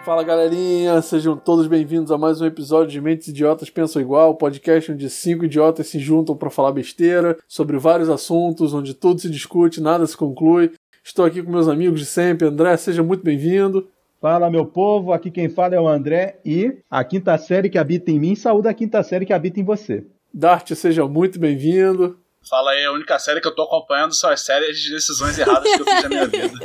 Fala galerinha, sejam todos bem-vindos a mais um episódio de Mentes Idiotas Pensam Igual, o podcast onde 5 idiotas se juntam para falar besteira sobre vários assuntos, onde tudo se discute, nada se conclui. Estou aqui com meus amigos de sempre. André, seja muito bem-vindo. Fala, meu povo, aqui quem fala é o André e a quinta série que habita em mim saúda a quinta série que habita em você. Dart, seja muito bem-vindo. Fala aí, a única série que eu tô acompanhando são as séries de decisões erradas que eu fiz na minha vida.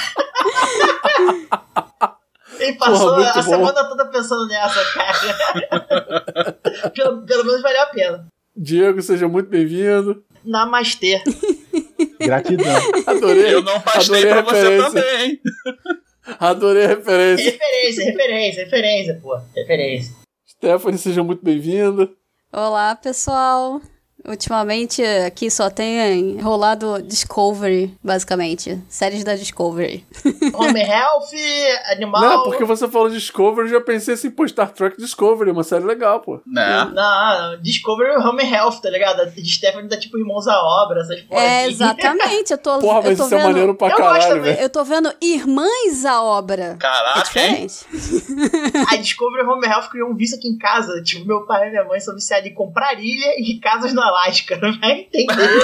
E passou a semana toda pensando nessa, cara. pelo menos valeu a pena. Diego, seja muito bem-vindo. Namastê. Gratidão. Adorei. Eu não pastei pra você também, hein? Adorei a referência. Referência, pô. Referência. Stephanie, seja muito bem-vinda. Olá, pessoal. Ultimamente aqui só tem rolado Discovery, basicamente. Séries da Discovery. Home Health, Animal... Não, porque você falou Discovery, já pensei assim, pô, Star Trek Discovery, uma série legal, pô. Não, Discovery e Home Health, tá ligado? A Stephanie tá tipo Irmãos à Obra, essas porra. Exatamente, eu tô Porra, mas isso é maneiro pra caralho, velho. Eu tô vendo Irmãs à Obra. Caraca, é diferente. A Discovery e Home Health criou um vício aqui em casa. Tipo, meu pai e minha mãe são viciados em comprar ilha e casas no Alasca, não vai entender.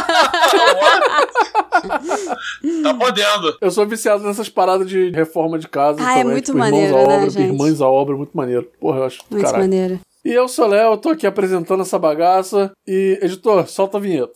Tá podendo. Eu sou viciado nessas paradas de reforma de casa. Ah, é muito tipo, maneiro, Irmãos à né, Obra, gente? Irmãs à Obra, muito maneiro. Porra, eu acho do Muito caralho. maneiro. E eu sou o Léo, tô aqui apresentando essa bagaça. E, editor, solta a vinheta.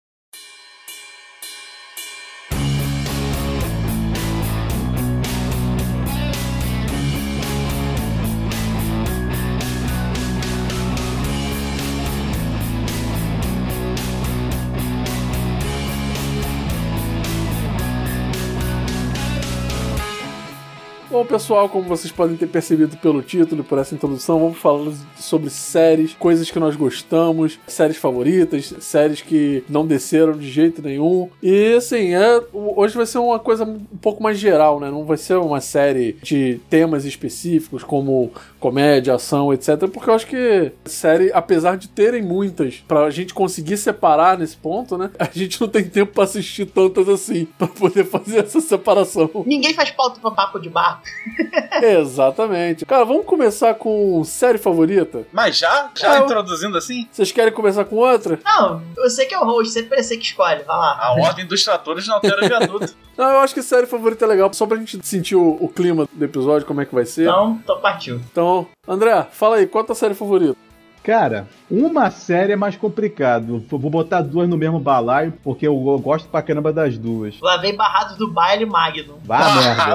Bom, pessoal, como vocês podem ter percebido pelo título e por essa introdução, vamos falar sobre séries, coisas que nós gostamos, séries favoritas, séries que não desceram de jeito nenhum. E, assim, hoje vai ser uma coisa um pouco mais geral, né? Não vai ser uma série de temas específicos, como comédia, ação, etc. Porque eu acho que série, apesar de terem muitas, pra gente conseguir separar nesse ponto, né? A gente não tem tempo pra assistir tantas assim, pra poder fazer essa separação. Ninguém faz pauta pra papo de bar. Exatamente. Cara, vamos começar com série favorita? Mas já introduzindo assim? Vocês querem começar com outra? Não, eu sei que é o host, sempre é você que escolhe, vai lá. A ordem dos tratores não altera viaduto. Não, eu acho que série favorita é legal, só pra gente sentir o clima do episódio, como é que vai ser. Então partiu. Então, André, fala aí, qual é a tua série favorita? Cara, uma série é mais complicado. Vou botar duas no mesmo balaio, porque eu gosto pra caramba das duas. Lá vem Barrados do Baile Magno. Vá, merda.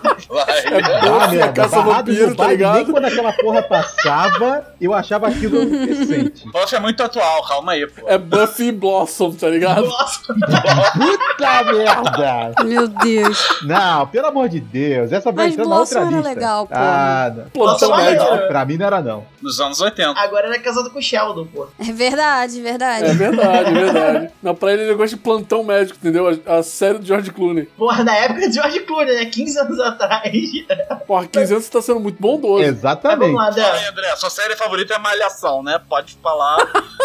Vá, merda. Caça vampiro, tá ligado? Nem quando aquela porra passava, eu achava aquilo decente. Poxa, é muito atual, calma aí, pô. É Buffy Blossom, tá ligado? Nossa. Puta merda! Meu Deus. Não, pelo amor de Deus, essa vai Mas entrar na outra Blossom era lista. legal, pô. Ah, não. Plantão Nossa, médico. olha. Pra mim não era, não. Nos anos 80. Agora ele é casado com o Sheldon, pô. É verdade, verdade. É verdade, é verdade. Não, pra ele gosta de Plantão Médico, entendeu? A série do George Clooney. Porra, na época de George Clooney, né? 15 anos atrás. Porra, 15 anos você tá sendo muito bondoso. Mas Exatamente. vamos lá, Fala aí, Dan. André, sua série favorita é Malhação, né? Pode falar.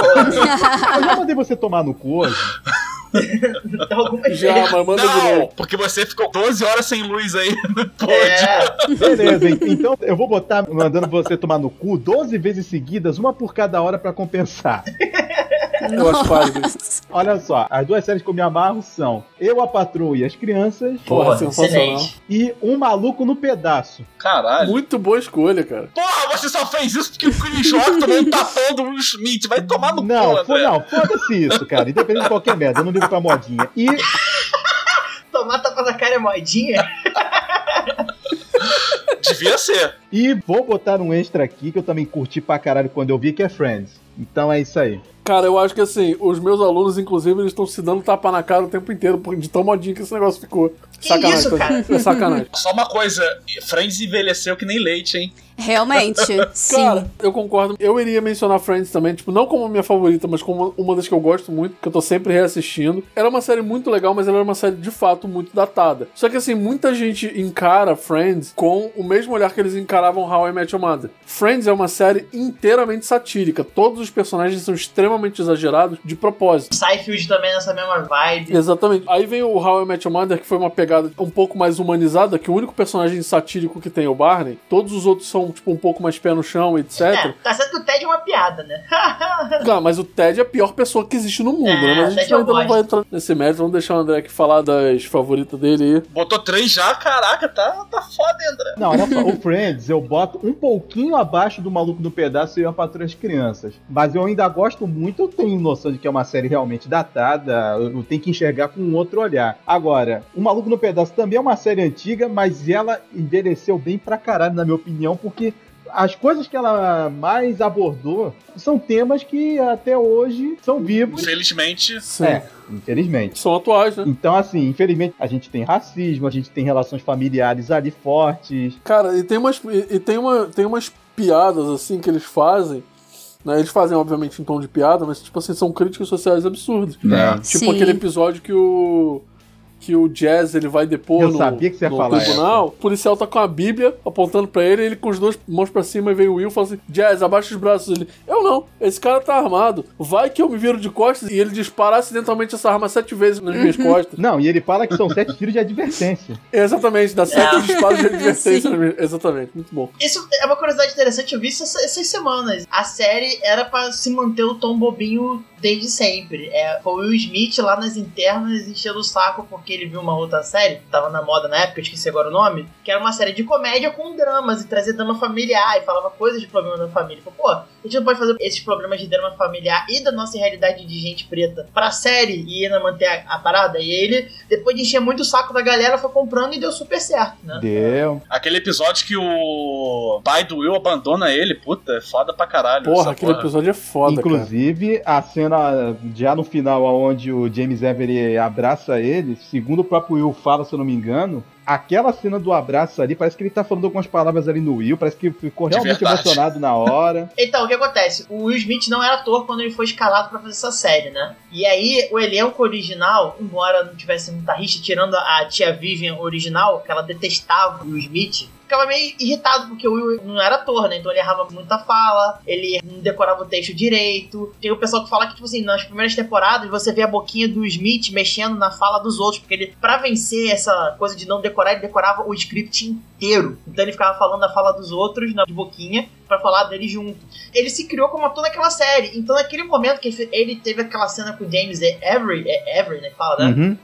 Eu já mandei você tomar no cu hoje. Algumas Já, vezes. mas manda de Não, novo. porque você ficou 12 horas sem luz aí. Não pode. É. Beleza, então eu vou botar mandando você tomar no cu 12 vezes seguidas, uma por cada hora pra compensar. Eu acho válido. Nossa. Olha só, as duas séries que eu me amarro são Eu, a Patroa e as Crianças Porra, sensacional. excelente. e Um Maluco no Pedaço. Caralho. Muito boa escolha, cara. Porra, você só fez isso porque o Chris Rock tomou um tapão do Will Smith. Vai tomar no cu, André. Não, foda-se isso, cara. Independente de qualquer merda, eu não ligo pra modinha. E Tomar tapa na cara é modinha? Devia ser. E vou botar um extra aqui que eu também curti pra caralho quando eu vi, que é Friends. Então é isso aí. Cara, eu acho que assim, os meus alunos, inclusive, eles estão se dando tapa na cara o tempo inteiro, de tão modinho que esse negócio ficou. Que Sacanagem, isso, cara? É sacanagem. Só uma coisa, Friends envelheceu que nem leite, hein? Realmente, sim. Cara, eu concordo. Eu iria mencionar Friends também, tipo, não como minha favorita, mas como uma das que eu gosto muito, que eu tô sempre reassistindo. Era uma série muito legal, mas ela era uma série de fato muito datada. Só que assim, muita gente encara Friends com o mesmo olhar que eles encaravam How I Met Your Mother. Friends é uma série inteiramente satírica. Todos os personagens são extremamente extremamente exagerados de propósito. Seinfeld também nessa mesma vibe. Exatamente. Aí vem o How I Met Your Mother, que foi uma pegada um pouco mais humanizada, que o único personagem satírico que tem é o Barney. Todos os outros são, tipo, um pouco mais pé no chão, etc. Tá certo que o Ted é uma piada, né? Cara, mas o Ted é a pior pessoa que existe no mundo, né? Mas a gente ainda não vai entrar nesse mérito. Vamos deixar o André aqui falar das favoritas dele aí. Botou 3 já? Caraca, tá foda, André. Não, olha só, o Friends eu boto um pouquinho abaixo do Maluco no Pedaço e Eu, a Patroa e as Crianças. Mas eu ainda gosto muito, eu tenho noção de que é uma série realmente datada, eu tenho que enxergar com um outro olhar. Agora, O Maluco no Pedaço também é uma série antiga, mas ela envelheceu bem pra caralho, na minha opinião, porque as coisas que ela mais abordou são temas que até hoje são vivos. Infelizmente. Sim. Infelizmente. São atuais, né? Então, assim, infelizmente, a gente tem racismo, a gente tem relações familiares ali fortes. Cara, e tem umas piadas, assim, que eles fazem, né? Eles fazem, obviamente, em tom de piada, mas, tipo assim, são críticas sociais absurdas. Tipo Sim. aquele episódio que o Jazz ele vai depor Eu sabia que você ia no falar tribunal, o policial tá com a Bíblia apontando pra ele, ele com as duas mãos pra cima, e vem o Will e fala assim: Jazz, abaixa os braços. Ele: eu não, esse cara tá armado, vai que eu me viro de costas, e ele dispara acidentalmente essa arma 7 vezes nas minhas costas. Não, e ele fala que são 7 tiros de advertência. Exatamente, dá 7 disparos de advertência. Sim. Exatamente, muito bom. Isso é uma curiosidade interessante, eu vi isso essas semanas. A série era pra se manter o tom bobinho desde sempre. Foi o Will Smith lá nas internas enchendo o saco porque ele viu uma outra série, que tava na moda na época, eu esqueci agora o nome, que era uma série de comédia com dramas e trazia drama familiar e falava coisas de problema da família. Falei, pô, a gente não pode fazer esses problemas de drama familiar e da nossa realidade de gente preta pra série e ainda manter a parada. E ele, depois de encher muito o saco da galera, foi comprando e deu super certo, né? Deu. Aquele episódio que o pai do Will abandona ele, puta, é foda pra caralho. Porra, aquele episódio é foda, Inclusive, a cena já no final, onde o James Avery abraça ele, segundo o próprio Will fala, se eu não me engano, aquela cena do abraço ali, parece que ele tá falando algumas palavras ali no Will, parece que ficou realmente emocionado na hora. Então, o que acontece? O Will Smith não era ator quando ele foi escalado pra fazer essa série, né? E aí, o elenco original, embora não tivesse muita rixa, tirando a tia Vivian original, que ela detestava o Will Smith, ficava meio irritado, porque o Will não era ator, né? Então ele errava muita fala, ele não decorava o texto direito. Tem o pessoal que fala que, tipo assim, nas primeiras temporadas você vê a boquinha do Smith mexendo na fala dos outros, porque ele, pra vencer essa coisa de não decorar, ele decorava o script inteiro. Então ele ficava falando a fala dos outros na boquinha pra falar dele junto. Ele se criou como ator naquela série. Então naquele momento que ele teve aquela cena com o James Avery, né, que fala, né? Uhum.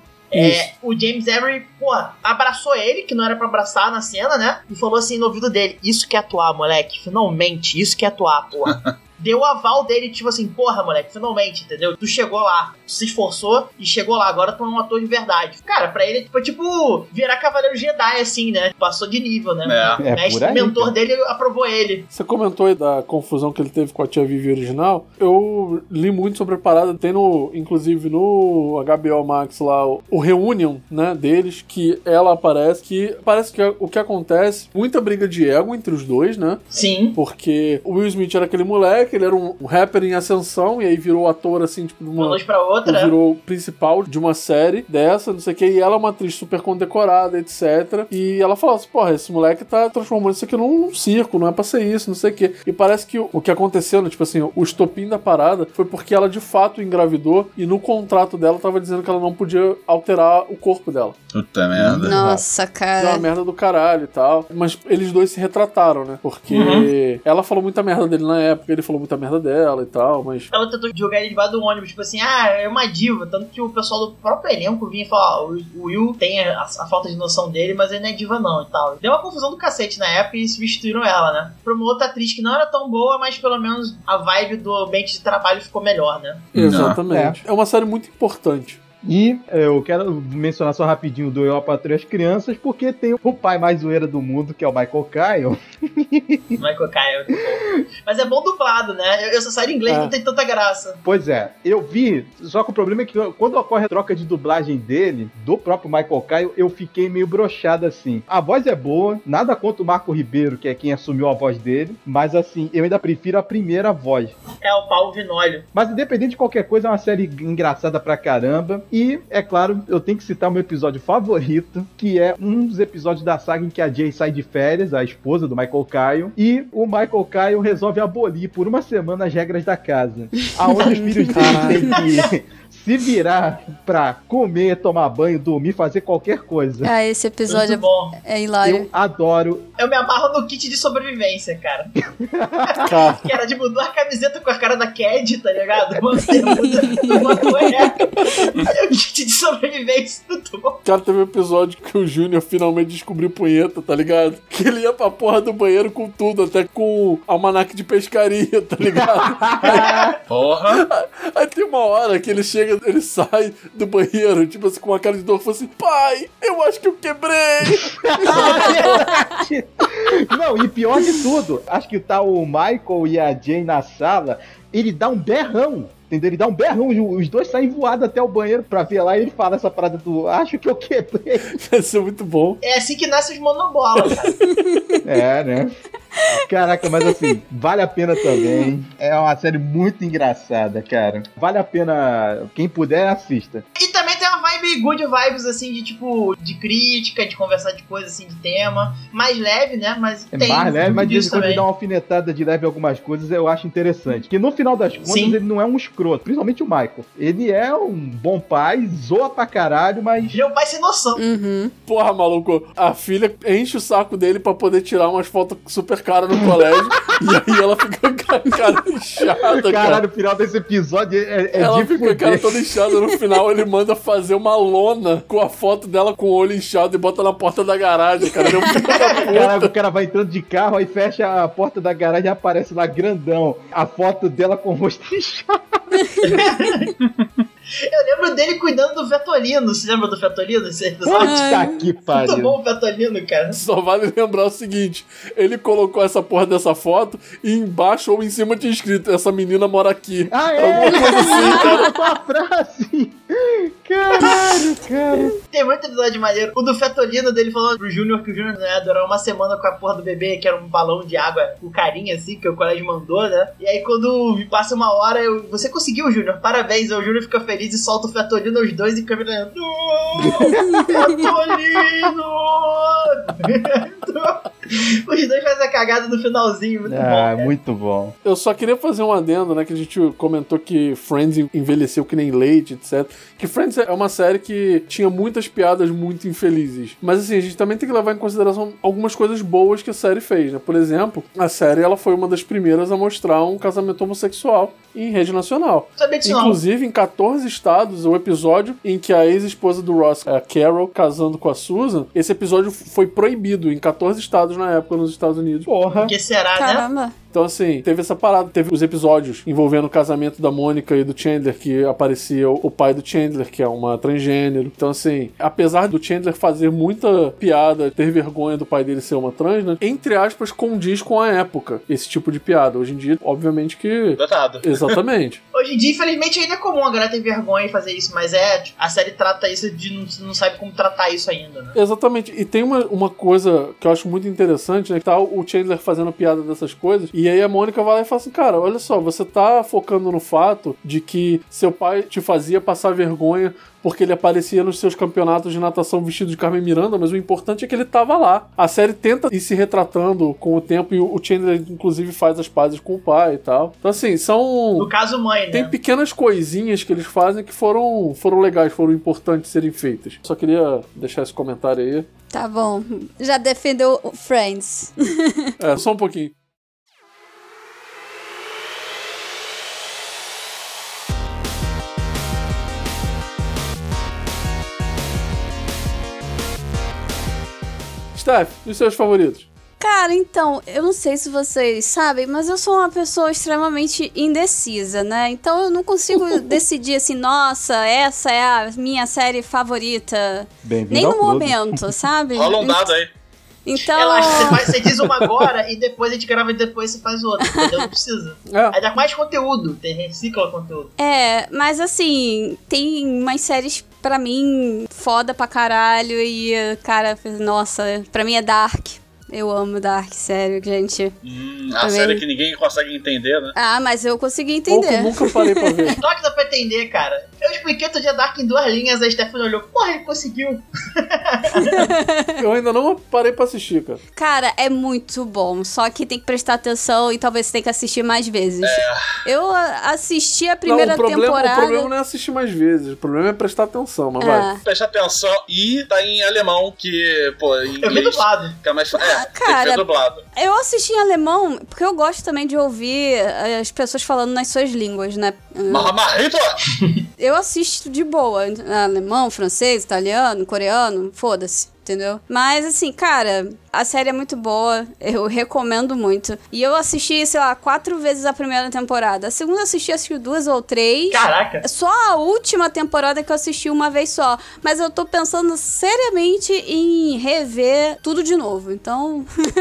O James Avery, pô, abraçou ele, que não era pra abraçar na cena, né? E falou assim no ouvido dele: isso que é atuar, moleque, finalmente, isso que é atuar, porra. Deu o aval dele, tipo assim, porra, moleque, finalmente, entendeu? Tu chegou lá, tu se esforçou e chegou lá, agora tu é um ator de verdade. Cara, pra ele, tipo, virar Cavaleiro Jedi, assim, né? Passou de nível, né? O mestre, mentor dele aprovou ele. Você comentou aí da confusão que ele teve com a tia Vivi original. Eu li muito sobre a parada, tem inclusive no HBO Max lá, o Reunion, né, deles, que ela aparece, que parece que o que acontece, muita briga de ego entre os dois, né? Sim. Porque o Will Smith era aquele moleque, ele era um rapper em ascensão, e aí virou ator, assim, tipo, de uma noite pra outra. Virou principal de uma série dessa, não sei o que, e ela é uma atriz super condecorada, etc. E ela fala assim, porra, esse moleque tá transformando isso aqui num circo, não é pra ser isso, não sei o que. E parece que o que aconteceu, né, tipo assim, o estopim da parada foi porque ela de fato engravidou, e no contrato dela tava dizendo que ela não podia alterar o corpo dela. Puta merda. Nossa, cara. É uma merda do caralho e tal. Mas eles dois se retrataram, né? Porque ela falou muita merda dele na época, ele falou muita merda dela e tal, mas... Ela tentou jogar ele debaixo do ônibus, tipo assim, é uma diva. Tanto que o pessoal do próprio elenco vinha e falou, o Will tem a falta de noção dele, mas ele não é diva não e tal. Deu uma confusão do cacete na época e substituíram ela, né? Pra uma outra atriz que não era tão boa, mas pelo menos a vibe do ambiente de trabalho ficou melhor, né? Exatamente. É uma série muito importante. E eu quero mencionar só rapidinho do Eu, a Patroa e as Crianças, porque tem o pai mais zoeira do mundo, que é o Michael Kyle. Michael Kyle é muito bom. Mas é bom dublado, né? Essa série em inglês não tem tanta graça. Pois é, eu vi, só que o problema é que quando ocorre a troca de dublagem dele, do próprio Michael Kyle, eu fiquei meio broxado assim. A voz é boa, nada contra o Marco Ribeiro, que é quem assumiu a voz dele, mas assim, eu ainda prefiro a primeira voz. É o Paulo Vinólio. Mas independente de qualquer coisa, é uma série engraçada pra caramba. E, é claro, eu tenho que citar o meu episódio favorito, que é um dos episódios da saga em que a Jay sai de férias, a esposa do Michael Kyle, e o Michael Kyle resolve abolir por uma semana as regras da casa, aonde os filhos dele têm que se virar pra comer, tomar banho, dormir, fazer qualquer coisa. Ah, esse episódio Muito bom. é hilário. Eu adoro. Eu me amarro no kit de sobrevivência, cara. Cara, Que era de mudar a camiseta com a cara da Cad, tá ligado? Você muda uma cueca. E o kit de sobrevivência, muito bom. cara, teve um episódio que o Júnior finalmente descobriu punheta, tá ligado? Que ele ia pra porra do banheiro com tudo, até com almanaque de pescaria, tá ligado? Porra. Aí tem uma hora que ele chega, ele sai do banheiro, tipo assim, com uma cara de dor, e fala assim: pai, eu acho que eu quebrei. Não, e pior de tudo, acho que tá o Michael e a Jane na sala, ele dá um berrão. Entendeu? Ele dá um berrão, os dois saem voados até o banheiro pra ver lá e ele fala essa parada do acho que eu quebrei. Vai ser muito bom. É assim que nasce os monobola, cara. É, né? Caraca, mas assim, vale a pena também. É uma série muito engraçada, cara. Vale a pena, quem puder, assista. E também tem uma vibe, good vibes, assim, de tipo, de crítica, de conversar de coisas, assim, de tema. Mais leve, né? Mas É tem mais leve, mas de vez isso em quando ele também. dá uma alfinetada de leve em algumas coisas, eu acho interessante. Que no final das contas, Sim. ele não é um escroto, principalmente o Michael. Ele é um bom pai, zoa pra caralho, mas... Meu pai sem noção. Uhum. Porra, maluco, a filha enche o saco dele pra poder tirar umas fotos super caras no colégio. E aí ela fica com a cara inchada, cara. Caralho, o final desse episódio é Ela de fica com a cara fuder. toda inchada. No final, ele manda fazer uma lona com a foto dela com o olho inchado e bota na porta da garagem, cara. Ele é um filho da puta. Caraca, o cara vai entrando de carro, aí fecha a porta da garagem e aparece lá grandão a foto dela com o rosto inchado. Eu lembro dele cuidando do Vetolino. Você lembra do Vetolino? Esse episódio? Puta que Muito pariu. bom o Vetolino, cara. Só vale lembrar o seguinte: ele colocou essa porra dessa foto e embaixo ou em cima tinha escrito: essa menina mora aqui. Ah, é? Alguma coisa assim, cara. Botou a frase. Caralho, cara. Tem muito episódio maneiro. O do Fetolino dele falando pro Júnior que o Júnior ia durar uma semana com a porra do bebê, que era um balão de água com carinha assim, que o colégio mandou, né? E aí quando passa uma hora, você conseguiu, Júnior, parabéns. Aí o Júnior fica feliz e solta o Fetolino, os dois, e fica virando. Fetolino! Os dois fazem a cagada no finalzinho, muito bom. Cara. Muito bom. Eu só queria fazer um adendo, né? Que a gente comentou que Friends envelheceu que nem leite, etc. Que Friends é uma série que tinha muitas piadas muito infelizes. Mas assim, a gente também tem que levar em consideração algumas coisas boas que a série fez, né? Por exemplo, a série ela foi uma das primeiras a mostrar um casamento homossexual em rede nacional. Não sabia disso não. Inclusive, em 14 estados, o episódio em que a ex-esposa do Ross, a Carol, casando com a Susan, esse episódio foi proibido em 14 estados na época nos Estados Unidos. Porra. O que será, né? Caramba. Então, assim, teve essa parada. Teve os episódios envolvendo o casamento da Mônica e do Chandler, que aparecia o pai do Chandler, que é uma transgênero. Então, assim, apesar do Chandler fazer muita piada, ter vergonha do pai dele ser uma trans, né? Entre aspas, condiz com a época, esse tipo de piada. Hoje em dia, obviamente que... Datado. Exatamente. Hoje em dia, infelizmente, ainda é comum a galera ter vergonha e fazer isso, mas a série trata isso de não sabe como tratar isso ainda, né? Exatamente. E tem uma coisa que eu acho muito interessante, né? Que tá o Chandler fazendo piada dessas coisas, e aí a Mônica vai lá e fala assim: cara, olha só, você tá focando no fato de que seu pai te fazia passar vergonha porque ele aparecia nos seus campeonatos de natação vestido de Carmen Miranda, mas o importante é que ele tava lá. A série tenta ir se retratando com o tempo, e o Chandler, inclusive, faz as pazes com o pai e tal. Então, assim, são... No caso, mãe, né? Tem pequenas coisinhas que eles fazem que foram legais, foram importantes serem feitas. Só queria deixar esse comentário aí. Tá bom. Já defendeu o Friends. É, só um pouquinho. Steph, e os seus favoritos? Cara, então, eu não sei se vocês sabem, mas eu sou uma pessoa extremamente indecisa, né? Então eu não consigo decidir assim, nossa, essa é a minha série favorita. Bem-vindo Nem ao no clube. momento, sabe? Rola um dado aí. Então. Relaxa, você diz uma agora e depois a gente grava e depois você faz outra, entendeu? Não precisa. Aí dá mais conteúdo, recicla conteúdo. É, mas assim, tem umas séries pra mim foda pra caralho e, cara, nossa, pra mim é Dark. Eu amo Dark, sério, gente. A Também. série que ninguém consegue entender, né? Ah, mas eu consegui Ou que eu entender. nunca parei pra ver. Claro que dá pra entender, cara. Eu expliquei outro dia Dark em 2 linhas, a Stephanie olhou. Porra, ele conseguiu. Eu ainda não parei pra assistir, cara. Cara, é muito bom, só que tem que prestar atenção e talvez você tenha que assistir mais vezes. Eu assisti a primeira não, o temporada. problema não é assistir mais vezes, o problema é prestar atenção, mas vai. Presta atenção e tá em alemão, que, pô, em Eu vi inglês dublado. fica mais fácil. Tem que cara, ser dublado. Eu assisti em alemão, porque eu gosto também de ouvir as pessoas falando nas suas línguas, né? Mahamarito! Eu assisto de boa, alemão, francês, italiano, coreano, foda-se. Entendeu? Mas assim, cara, a série é muito boa, eu recomendo muito. E eu assisti, sei lá, 4 vezes a primeira temporada. A segunda eu assisti, acho que 2 ou 3. Caraca. Só a última temporada que eu assisti uma vez só. Mas eu tô pensando seriamente em rever tudo de novo. Então.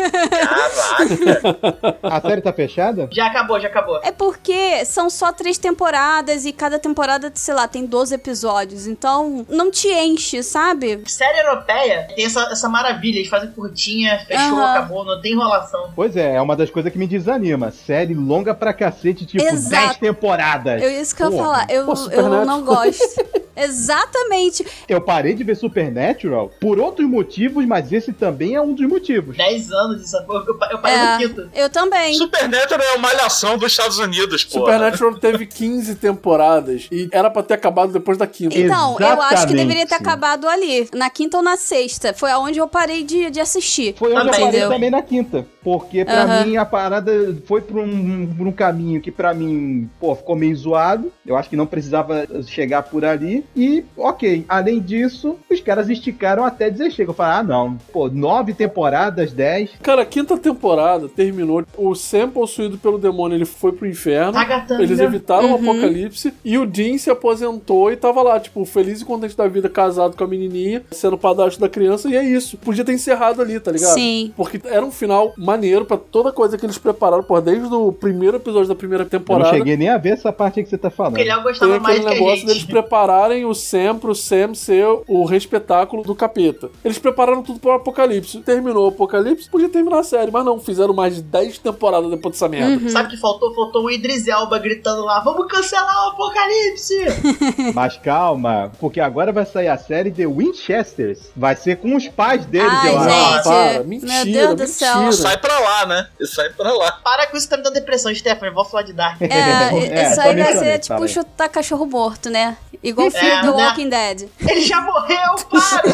Caraca! A série tá fechada? Já acabou. É porque são só 3 temporadas e cada temporada, sei lá, tem 12 episódios. Então, não te enche, sabe? Série europeia tem essa maravilha. Eles fazem curtinha, fechou, Aham. acabou, não tem enrolação. Pois é uma das coisas que me desanima. Série longa pra cacete, tipo Exato. 10 temporadas. Isso que eu ia Porra. falar. Eu Supernatural. não gosto. Exatamente. Eu parei de ver Supernatural por outros motivos, mas esse também é um dos motivos. 10 anos dessa porra. Eu parei no quinto. Eu também. Supernatural é uma malhação dos Estados Unidos, pô. Supernatural teve 15 temporadas e era pra ter acabado depois da quinta. Então, eu acho que Exatamente. deveria ter acabado ali. Na quinta ou na sexta. Foi aonde eu parei de assistir. Foi onde eu parei Entendeu? também na quinta. Porque pra Aham. mim a parada foi por um caminho que pra mim, pô, ficou meio zoado. Eu acho que não precisava chegar por ali. E, ok, além disso, os caras esticaram até dizer chega. Eu falei, não, pô, 9 temporadas, 10. Cara, a quinta temporada terminou. O Sam, possuído pelo demônio, ele foi pro inferno. Tá gatando, Eles né? evitaram o apocalipse. E o Dean se aposentou e tava lá, tipo, feliz e contente da vida, casado com a menininha, sendo padrasto da criança. E é isso. Podia ter encerrado ali, tá ligado? Sim. Porque era um final maneiro pra toda coisa que eles prepararam, pô, desde o primeiro episódio da primeira Eu temporada. não cheguei nem a ver essa parte aí que você tá falando. Porque ele Tem gostava mais aquele que a negócio deles gente. prepararem o Sam pro Sam ser o respetáculo do capeta. Eles prepararam tudo pro apocalipse. Terminou o apocalipse, podia terminar a série, mas não, fizeram mais de 10 temporadas depois dessa merda. Sabe o que faltou? Faltou o Idris Elba gritando lá, vamos cancelar o apocalipse! Mas calma, porque agora vai sair a série The Winchesters. Vai ser com os pais deles, Ai, eu acho. gente. para, mentira, Meu Deus do céu. mentira. Sai pra lá, né? Sai pra lá. Para com isso, tá me dando depressão, Stephanie, vou falar de Dark. É, É, isso aí também vai falei, ser tipo falei. chutar cachorro morto, né? Igual o filme É, do né? Walking Dead. Ele já morreu, para!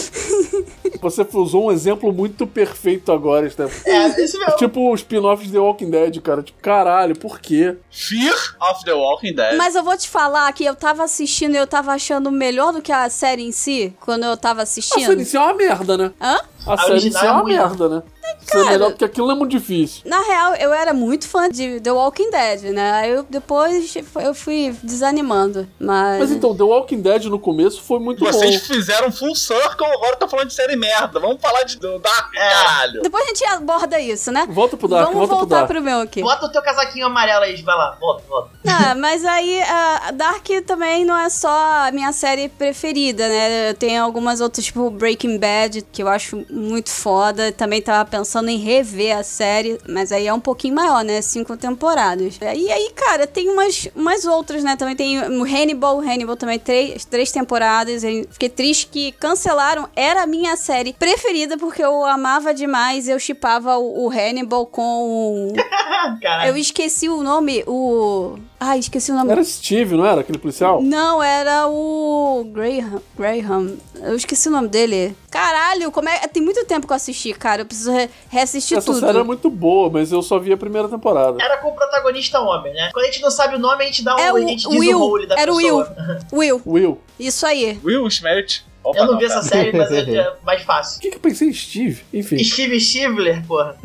Você usou um exemplo muito perfeito agora, Steph. É, isso mesmo. Tipo os spin-offs de The Walking Dead, cara. Tipo, caralho, por quê? Fear of the Walking Dead. Mas eu vou te falar que eu tava assistindo e eu tava achando melhor do que a série em si, quando eu tava A assistindo. série em si é uma merda, né? Hã? A série em si original é é uma ruim, merda, né? Ser melhor porque aquilo é muito difícil. Na real, eu era muito fã de The Walking Dead, né? Aí depois eu fui desanimando. Mas então, The Walking Dead no começo foi muito Vocês bom. fizeram full circle, agora tá falando de série merda. Vamos falar de Dark, caralho. Depois a gente aborda isso, né? Volta pro Dark, Vamos volta pro voltar Dark. pro meu aqui. Bota o teu casaquinho amarelo aí, vai lá, volta. Ah, mas aí a Dark também não é só a minha série preferida, né? Tem algumas outras, tipo Breaking Bad, que eu acho muito foda. Também tava pensando em rever a série, mas aí é um pouquinho maior, né? 5 temporadas. E aí, cara, tem umas outras, né? Também tem o Hannibal também, 3 temporadas. Eu fiquei triste que cancelaram. Era a minha série preferida, porque eu amava demais. Eu shippava o Hannibal com Caralho. Eu esqueci o nome, Ai, esqueci o nome. Era Steve, não era? Aquele policial? Não, era o Graham. Eu esqueci o nome dele. Caralho, tem muito tempo que eu assisti, cara. Eu preciso reassistir Essa tudo. série é muito boa, mas eu só vi a primeira temporada. Era com o protagonista homem, né? Quando a gente não sabe o nome, a gente dá É a gente diz o role da Era o pessoa. Will. Isso aí. Will Smith. Opa, Eu não vi cara. essa série, mas é mais fácil. O que eu pensei em Steve? Enfim. Steve Stivler, porra.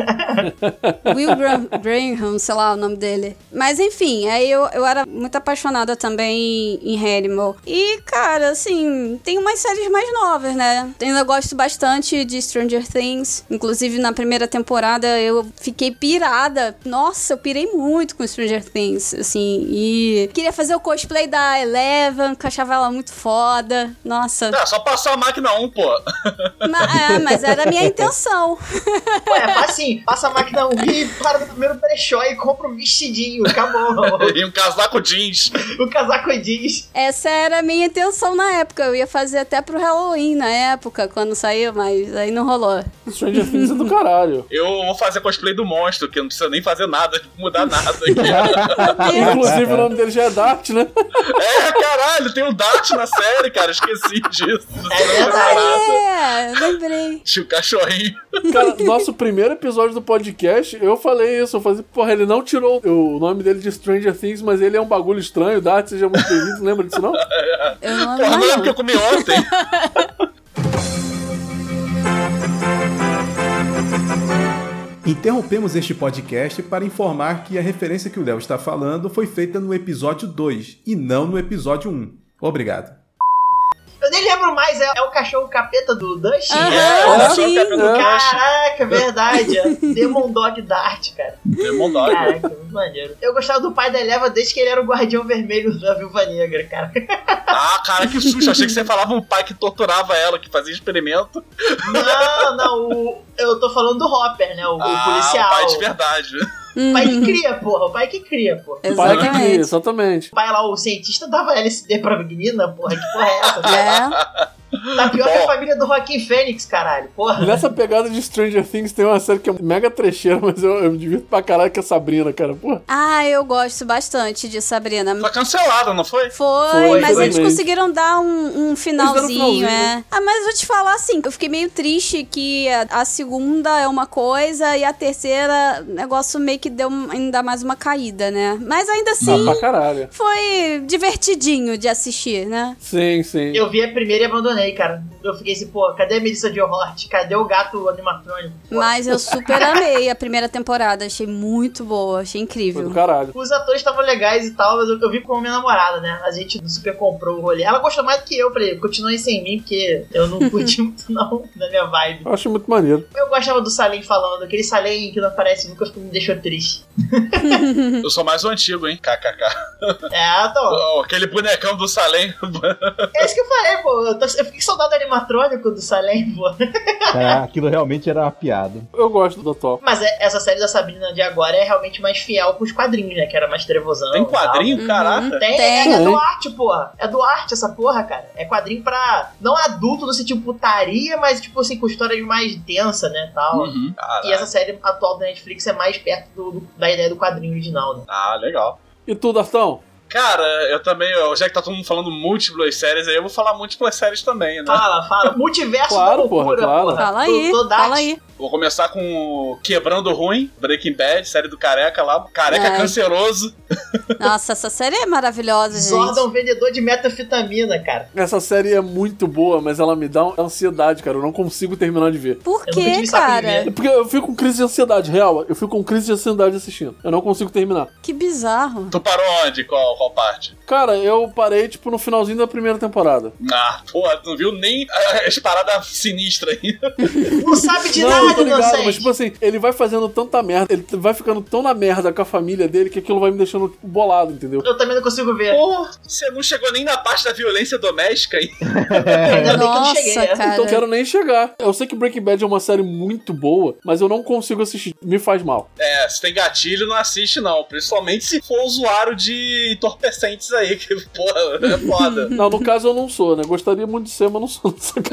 Will Graham, sei lá o nome dele. Mas enfim, aí eu era muito apaixonada também em Hannibal. E, cara, assim, tem umas séries mais novas, né? Ainda gosto bastante de Stranger Things. Inclusive, na primeira temporada, eu fiquei pirada. Nossa, eu pirei muito com Stranger Things, assim. E queria fazer o cosplay da Eleven, que eu achava ela muito foda. Nossa, Nossa. É, só passar a máquina 1, pô. Mas era a minha intenção. Ué, assim, passa a máquina 1 e para no primeiro brechó e compra um vestidinho, acabou. E um casaco jeans. O casaco jeans. Essa era a minha intenção na época. Eu ia fazer até pro Halloween na época, quando saiu, mas aí não rolou. Stranger Things é do caralho. Eu vou fazer cosplay do monstro, que não precisa nem fazer nada, mudar nada aqui. Inclusive o nome dele já é Dart, né? É, caralho, tem o Dart na série, cara. Esqueci disso. É verdade. Lembrei. Tinha o cachorrinho. Cara, nosso primeiro episódio do podcast, eu falei isso. Eu falei, porra, ele não tirou o nome dele de Stranger Things, mas ele é um bagulho estranho. Dart, seja muito bem-vindo. Lembra disso, não? Eu não Porra, não lembro lembro. que eu comi ontem. Interrompemos este podcast para informar que a referência que o Léo está falando foi feita no episódio 2 e não no episódio 1. Obrigado. Eu nem lembro mais, é o cachorro capeta do Dustin? Sim. Caraca, verdade. É Demon Dog Dart, cara. Demon Dog. Caraca, muito maneiro. Eu gostava do pai da Eleva desde que ele era o guardião vermelho da Viúva Negra, cara. Ah, cara, que susto. Achei que você falava um pai que torturava ela, que fazia experimento. Não, eu tô falando do Hopper, né? O policial. O pai de verdade. O pai que cria, porra. O pai que cria, porra. O pai que cria, Exatamente. exatamente. O pai lá, o cientista, dava LSD pra menina, porra. Que porra é essa, cara? É. Tá pior que a família do Joaquin Fênix, caralho. Porra. Nessa pegada de Stranger Things tem uma série que é mega trecheira, mas eu me divirto pra caralho com a Sabrina, cara. Porra. Eu gosto bastante de Sabrina. Foi cancelada, não foi? Foi, mas eles também. conseguiram dar um finalzinho, finalzinho, é. Mas vou te falar assim, eu fiquei meio triste que a segunda é uma coisa e a terceira, o negócio meio que deu ainda mais uma caída, né? Mas ainda assim, Pra caralho. foi divertidinho de assistir, né? Sim, sim. Eu vi a primeira e abandonei, cara. Eu fiquei assim, pô, cadê a Melissa Joe-Hort? Cadê o gato animatrônico? Pô. Mas eu super amei a primeira temporada, achei muito boa, achei Foi incrível. do caralho. Os atores estavam legais e tal, mas eu vi com a minha namorada, né? A gente do Super comprou o rolê. Ela gostou mais do que eu, falei, continue sem mim, porque eu não curti muito não da minha vibe. Eu acho muito maneiro. Eu gostava do Salem falando, aquele Salem que não aparece nunca me deixou triste. Eu sou mais o antigo, hein? KKK. Então, Oh, aquele bonecão do Salem. é isso que eu falei, pô. Eu fiquei com saudade do animatrônico do Salem, pô. Aquilo realmente era uma piada. Eu gosto do Thor. Mas essa série da Sabrina de agora é realmente mais fiel com os quadrinhos, né? Que era mais trevosão. Tem e tal. quadrinho? Caraca. Tem, Tem. é do arte, porra. É do arte essa porra, cara. É quadrinho pra... Não adulto no sentido putaria, mas tipo assim, com histórias mais densa, né, tal. Uhum. E essa série atual da Netflix é mais perto da ideia do quadrinho original, né? Ah, legal. E tu, Dartão? Cara, eu também, já que tá todo mundo falando múltiplas séries aí, eu vou falar múltiplas séries também, né? Fala. Multiverso Claro, da loucura, porra, claro. Fala aí, Tô Dart. fala aí. Vou começar com o Quebrando Ruim, Breaking Bad, série do Careca lá. Careca Ai. canceroso. Nossa, essa série é maravilhosa, gente. Zordon, vendedor de metafetamina, cara. Essa série é muito boa, mas ela me dá ansiedade, cara. Eu não consigo terminar de ver. Por Eu nunca quê, tive saco de cara? ver. É porque eu fico com crise de ansiedade, real. Eu fico com crise de ansiedade assistindo. Eu não consigo terminar. Que bizarro. Tu parou onde? Qual parte? Cara, eu parei, tipo, no finalzinho da primeira temporada. Ah, porra, tu não viu nem as paradas sinistras aí. Não sabe de Não, nada, eu tô ligado, inocente. mas tipo assim, ele vai fazendo tanta merda, ele vai ficando tão na merda com a família dele que aquilo vai me deixando, tipo, bolado, entendeu? Eu também não consigo ver. Porra, você não chegou nem na parte da violência doméstica aí. Ainda bem que eu não Nossa, cheguei, né? cara. Então eu quero nem chegar. Eu sei que Breaking Bad é uma série muito boa, mas eu não consigo assistir. Me faz mal. É, se tem gatilho, não assiste não. Principalmente se for usuário de entorpecentes aí, que, porra, é foda. Não, no caso eu não sou, né? Gostaria muito de ser, mas não sou.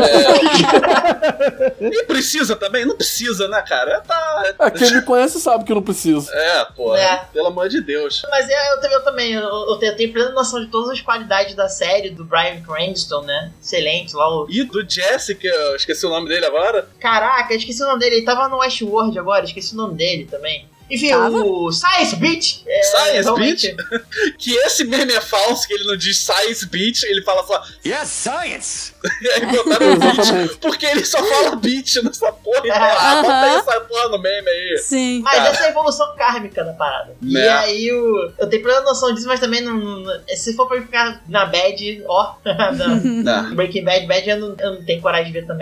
E precisa também? Não precisa, né, cara? Tá... Quem me conhece sabe que eu não preciso. É, porra. É. Pelo amor de Deus. Mas eu também, eu tenho plena noção de todas as qualidades da série, do Bryan Cranston, né? Excelente, lá o... E do Jesse, que eu esqueci o nome dele agora. Caraca, esqueci o nome dele, ele tava no Westworld agora, esqueci o nome dele também. Enfim, Tava? o Science Beach. Science realmente- Beach? Que esse meme é falso, que ele não diz Science Beach, ele fala só... Yes, science! E aí botaram o beach, Exatamente. porque ele só fala beach nessa porra. Aham. Bota aí essa porra no meme aí. Sim. Mas Cara. essa é a evolução kármica da parada. E Né? aí eu tenho plena noção disso, mas também se for pra eu ficar na bad, ó, Não. Breaking Bad, eu não tenho coragem de ver também, não.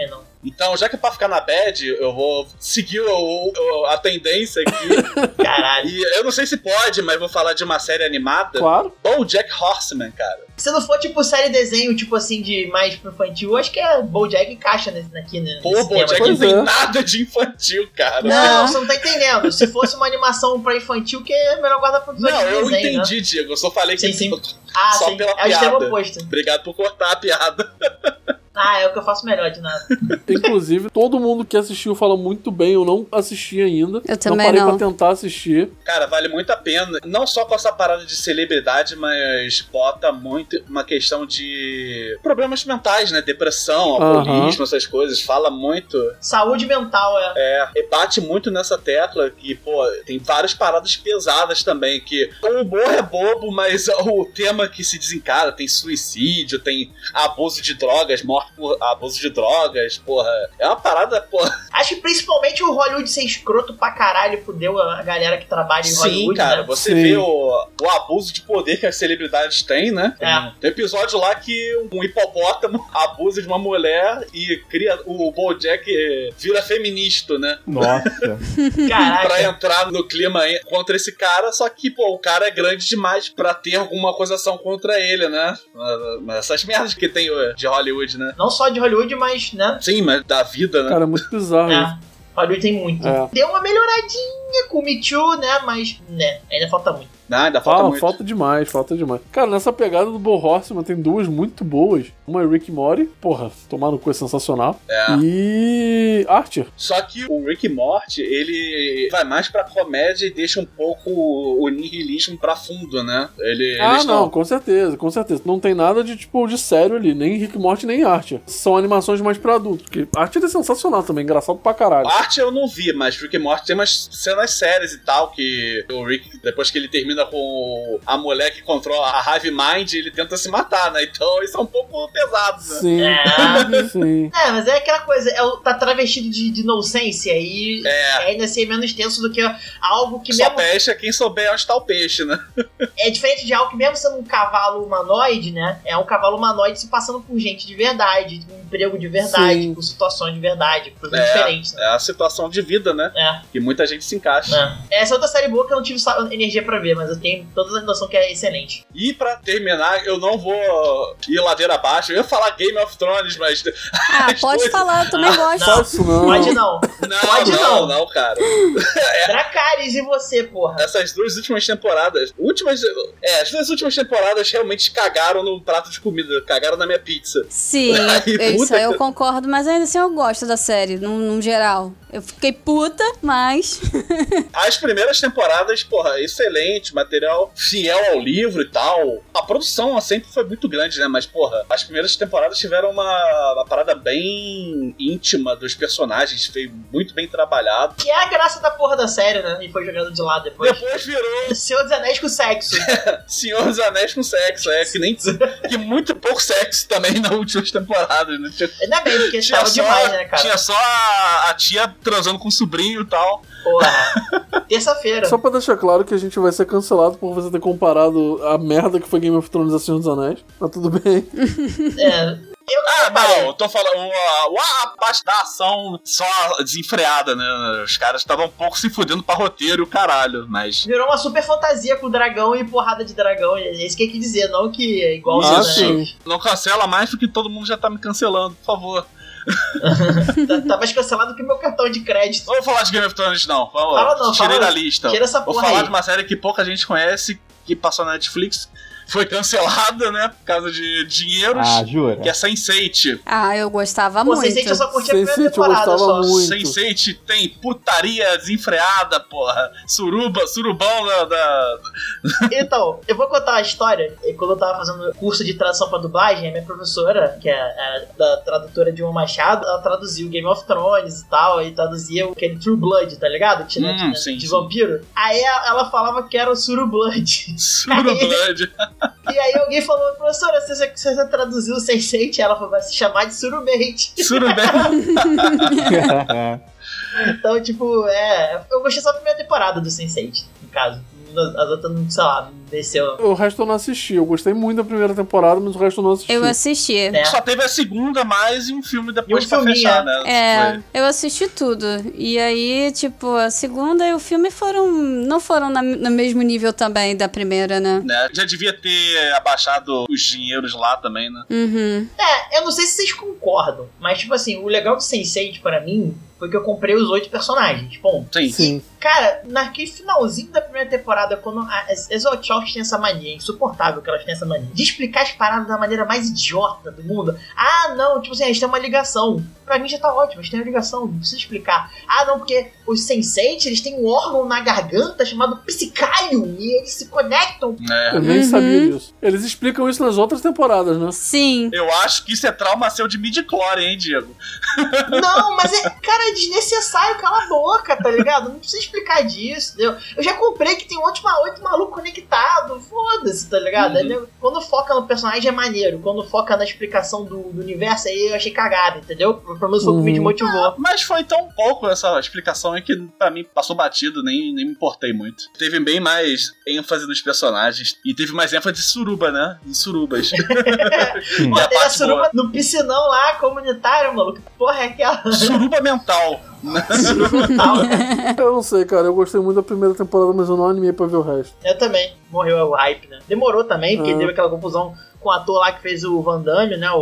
Então, já que é pra ficar na bad, eu vou seguir a tendência aqui. Caralho. E eu não sei se pode, mas vou falar de uma série animada. Claro. BoJack Horseman, cara. Se não for, tipo, série desenho, tipo assim, de mais pro infantil, acho que BoJack encaixa aqui, né? Pô, BoJack não tem nada de infantil, cara. Não, você não tá entendendo. Se fosse uma animação pra infantil, que é melhor guardar pro episódio de desenho, eu entendi, né? Diego. Eu só falei que sim. Só sim. pela É o extremo piada. oposto. Obrigado por cortar a piada. É o que eu faço melhor de nada. Inclusive, todo mundo que assistiu fala muito bem. Eu não assisti ainda. Eu também não. Parei não. pra tentar assistir. Cara, vale muito a pena. Não só com essa parada de celebridade, mas bota muito uma questão de problemas mentais, né? Depressão, alcoolismo, essas coisas. Fala muito. Saúde mental, e bate muito nessa tecla que, pô, tem várias paradas pesadas também, que o humor é bobo, mas o tema que se desencara, tem suicídio, tem abuso de drogas, morte por abuso de drogas, porra. É uma parada, porra. Acho que principalmente o Hollywood ser escroto pra caralho fudeu a galera que trabalha em Hollywood, cara, né? você vê o abuso de poder que as celebridades têm, né? Tem episódio lá que um hipopótamo abusa de uma mulher e cria o BoJack vira feminista, né? Nossa. Caraca. Pra entrar no clima contra esse cara, só que, pô, o cara é grande demais pra ter alguma acusação contra ele, né? Essas merdas que tem de Hollywood, né? Não só de Hollywood, mas, né? Sim, mas da vida, né? Cara, é muito bizarro isso. Hollywood tem muito. Deu uma melhoradinha com o Me Too, né? Mas, né, ainda falta muito. Não, ainda falta muito. Falta demais. Cara, nessa pegada do Bo Horseman tem duas muito boas. Uma é Rick and Morty, porra, tomar no cu é sensacional. E Archer. Só que o Rick and Morty, ele vai mais pra comédia e deixa um pouco o nihilismo pra fundo, né? Não, com certeza. Não tem nada de, tipo, de sério ali, nem Rick and Morty, nem Archer. São animações mais pra adultos, porque Archer é sensacional também, engraçado pra caralho. Archer eu não vi, mas Rick and Morty tem umas cenas sérias e tal, que o Rick, depois que ele termina com a mulher que controla a Hive Mind, ele tenta se matar, né? Então isso é um pouco pesado, né? Sim. Sim. Mas é aquela coisa, tá travestido de inocência e ainda assim é menos tenso do que algo que Só mesmo... peixe é quem souber onde está o peixe, né? É diferente de algo que mesmo sendo um cavalo humanoide, né? É um cavalo humanoide se passando por gente de verdade, com emprego de verdade, com situações de verdade, coisas diferentes, né? É a situação de vida, né? Que muita gente se encaixa. Essa é outra série boa que eu não tive energia pra ver, mas eu tenho toda a noção que é excelente. E pra terminar, eu não vou ir ladeira abaixo. Eu ia falar Game of Thrones, mas... pode falar, eu também gosto. Pode não. Não, cara. Dracarys e você, porra. Essas duas últimas temporadas... as duas últimas temporadas realmente cagaram no prato de comida. Cagaram na minha pizza. Sim, isso aí eu concordo, mas ainda assim eu gosto da série, no geral. Eu fiquei puta, mas... As primeiras temporadas, porra, excelente, material fiel ao livro e tal. A produção sempre foi muito grande, né? Mas, porra, as primeiras temporadas tiveram uma parada bem íntima dos personagens, foi muito bem trabalhado. Que é a graça da porra da série, né? E foi jogado de lado depois. Depois virou... Senhor dos Anéis com sexo. Senhor dos Anéis com sexo, que muito pouco sexo também nas últimas temporadas, né? Ainda bem, porque tava demais, né, cara? Tinha só a tia transando com o sobrinho e tal. Porra, terça-feira. Só pra deixar claro que a gente vai ser cancelado por você ter comparado a merda que foi Game of Thrones a Senhor dos Anéis. Mas tudo bem. Não, tô falando a parte da ação só desenfreada, né? Os caras estavam um pouco se fudendo pra roteiro e o caralho, mas... Virou uma super fantasia com dragão e porrada de dragão, é isso que eu quis dizer, não que é igual sim. Não cancela mais porque todo mundo já tá me cancelando, por favor. Tá mais cancelado que meu cartão de crédito. Não vou falar de Game of Thrones, não. Vamos lá. Tirei da lista. Tira essa porra. Vou falar aí de uma série que pouca gente conhece, que passou na Netflix. Foi cancelada, né? Por causa de dinheiros. Jura? Que é Sense8. Eu gostava muito. Sense8 eu só curti a primeira Sense8 eu temporada gostava só. muito. Sense8 tem putaria desenfreada, porra. Surubão da... Então, eu vou contar a história. Quando eu tava fazendo curso de tradução pra dublagem, a minha professora, que é da tradutora de Dilma Machado, ela traduziu Game of Thrones e tal, e traduzia aquele True Blood, tá ligado? De vampiro. Aí ela falava que era o Surublood. Surublood. E aí alguém falou, professora, você traduziu o Sense8? Ela falou, vai se chamar de Surubate. Então, tipo, eu gostei só da primeira temporada do Sense8, no caso. As outras, sei lá, Desceu. O resto eu não assisti. Eu gostei muito da primeira temporada, mas o resto eu não assisti. Eu assisti. É. Só teve a segunda mais e um filme depois E um pra filminho, fechar, né? Foi. Eu assisti tudo. E aí, tipo, a segunda e o filme não foram no mesmo nível também da primeira, né? Né? Já devia ter abaixado os dinheiros lá também, né? Uhum. Eu não sei se vocês concordam, mas, tipo assim, o legal do Sense8 pra mim foi que eu comprei os 8 personagens, ponto. Sim. Cara, naquele finalzinho da primeira temporada, quando as Wachowski tem essa mania, é insuportável que elas têm essa mania, de explicar as paradas da maneira mais idiota do mundo. Ah, não, tipo assim, eles têm uma ligação. Pra mim já tá ótimo, eles têm uma ligação, não precisa explicar. Ah, não, porque os Sense8, eles têm um órgão na garganta chamado psicaio, e eles se conectam. É. Eu nem sabia disso. Eles explicam isso nas outras temporadas, né? Sim. Eu acho que isso é trauma seu de midi-chlore, hein, Diego? Não, mas cara, é desnecessário, cala a boca, tá ligado? Não precisa explicar disso, entendeu? Eu já comprei que tem 8 malucos conectados, foda-se, tá ligado? Quando foca no personagem é maneiro, quando foca na explicação do universo, aí eu achei cagada, entendeu? Pelo menos foi o que me motivou. Mas foi tão pouco essa explicação aí que pra mim passou batido, nem me importei muito. Teve bem mais ênfase nos personagens e teve mais ênfase de suruba, né? Em surubas. Pô, teve a suruba no piscinão lá, comunitário, maluco. Que porra é aquela? Suruba mental. Suruba mental, cara. Eu não sei, cara. Eu gostei muito da primeira temporada, mas eu não animei pra ver o resto. Eu também. Morreu o hype, né? Demorou também, porque Ah. teve aquela confusão com o ator lá que fez o Van Damme, né?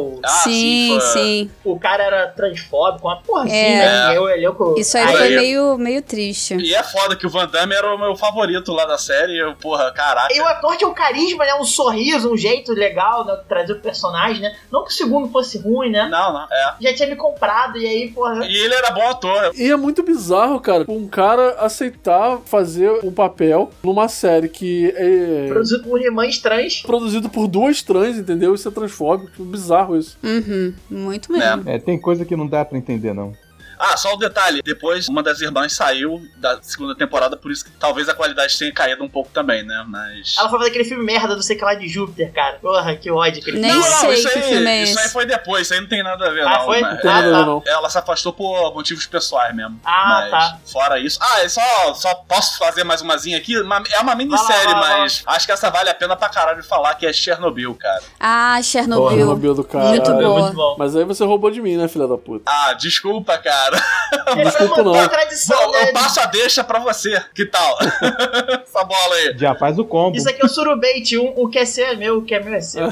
Sim. O cara era transfóbico, uma porra assim, É. né? Eu olhei com... Isso aí foi meio triste. E é foda que o Van Damme era o meu favorito lá da série. Eu, porra, caraca. E o ator tinha um carisma, né? Um sorriso, um jeito legal, né? Trazer o personagem, né? Não que o segundo fosse ruim, né? Não, é. Já tinha me comprado, e aí, porra... E ele era bom ator. E é muito bizarro, cara, um cara aceitar fazer um papel numa série que é Produzido por irmãs trans. produzido por duas trans, entendeu? Isso é transfóbico. Tipo, bizarro isso. Uhum. Muito mesmo. Tem coisa que não dá pra entender, não. Ah, só um detalhe. Depois, uma das irmãs saiu da segunda temporada, por isso que talvez a qualidade tenha caído um pouco também, né? Mas... Ela foi fazer aquele filme merda do sei que lá de Júpiter, cara. Porra, que ódio aquele Nem filme. sei isso que aí, filme é isso aí esse. foi depois, isso aí não tem nada a ver, Ah, não. foi? Mas- Não tem nada a ver, não. Ela se afastou por motivos pessoais mesmo. Ah, mas, tá. Fora isso. Ah, só posso fazer mais umazinha aqui? É uma minissérie, Vai lá. mas acho que essa vale a pena pra caralho falar, que é Chernobyl, cara. Ah, Chernobyl. Chernobyl do cara. Muito É boa. muito bom. Mas aí você roubou de mim, né, filha da puta? Ah, desculpa, cara. Desculpa, Manter não. a tradição, Bom, né? eu passo a deixa pra você. Que tal? Essa bola aí. Já faz o combo. Isso aqui é o surubate. O que é seu é meu, o que é meu é seu.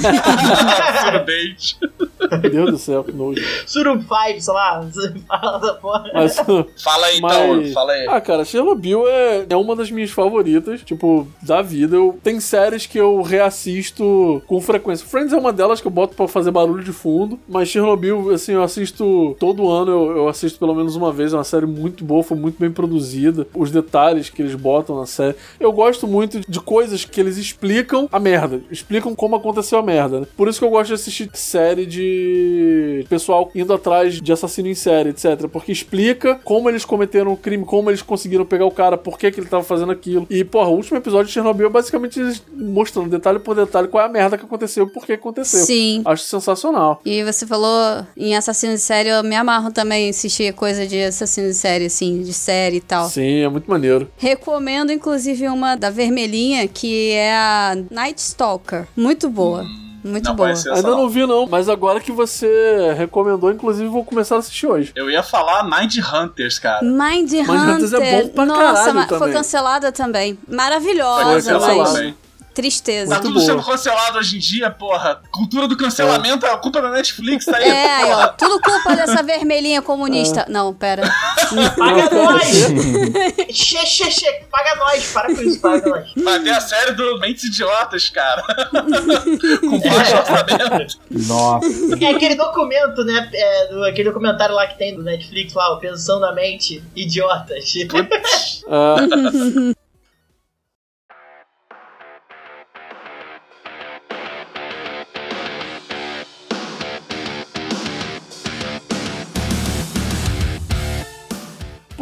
Surubate. Meu Deus do céu, que nojo. Surub 5, sei lá. Fala da porra. Mas, Fala aí, então. mas... Fala aí. Ah, cara, Chernobyl é uma das minhas favoritas, tipo, da vida. Tem séries que eu reassisto com frequência. Friends é uma delas que eu boto pra fazer barulho de fundo, mas Chernobyl, assim, eu assisto todo ano, eu assisto pelo menos uma vez. É uma série muito boa, foi muito bem produzida. Os detalhes que eles botam na série. Eu gosto muito de coisas que eles explicam a merda, explicam como aconteceu a merda, né? Por isso que eu gosto de assistir série de pessoal indo atrás de assassino em série, etc. Porque explica como eles cometeram o crime, como eles conseguiram pegar o cara, por que ele tava fazendo aquilo. E, porra, o último episódio de Chernobyl é basicamente eles mostrando detalhe por detalhe qual é a merda que aconteceu e por que aconteceu. Sim. Acho sensacional. E você falou em assassino de série, eu me amarro também em assistir coisa de assassino de série, assim, de série e tal. Sim, é muito maneiro. Recomendo, inclusive, uma da Vermelhinha, que é a Night Stalker. Muito boa. Muito Não boa. conhecia essa, Ainda não. não vi, não, mas agora que você recomendou, inclusive, vou começar a assistir hoje. Eu ia falar Mind Hunters, cara. Mind Hunters é bom pra Nossa, caralho foi também. cancelada também. Foi Maravilhosa, cancelado, mas hein? tristeza. Tá Muito tudo boa. sendo cancelado hoje em dia, porra. Cultura do cancelamento é culpa da Netflix, tá aí, É, aí, ó, porra. tudo culpa dessa vermelhinha comunista. Não, pera. Paga nós! Che, paga nós! Para com isso, paga nós. Vai ter a série do Mentes Idiotas, cara. Com baixo orçamento. Nossa. É aquele documento, né? Aquele documentário lá que tem do Netflix lá, o Pensão na Mente, Idiotas. Ah,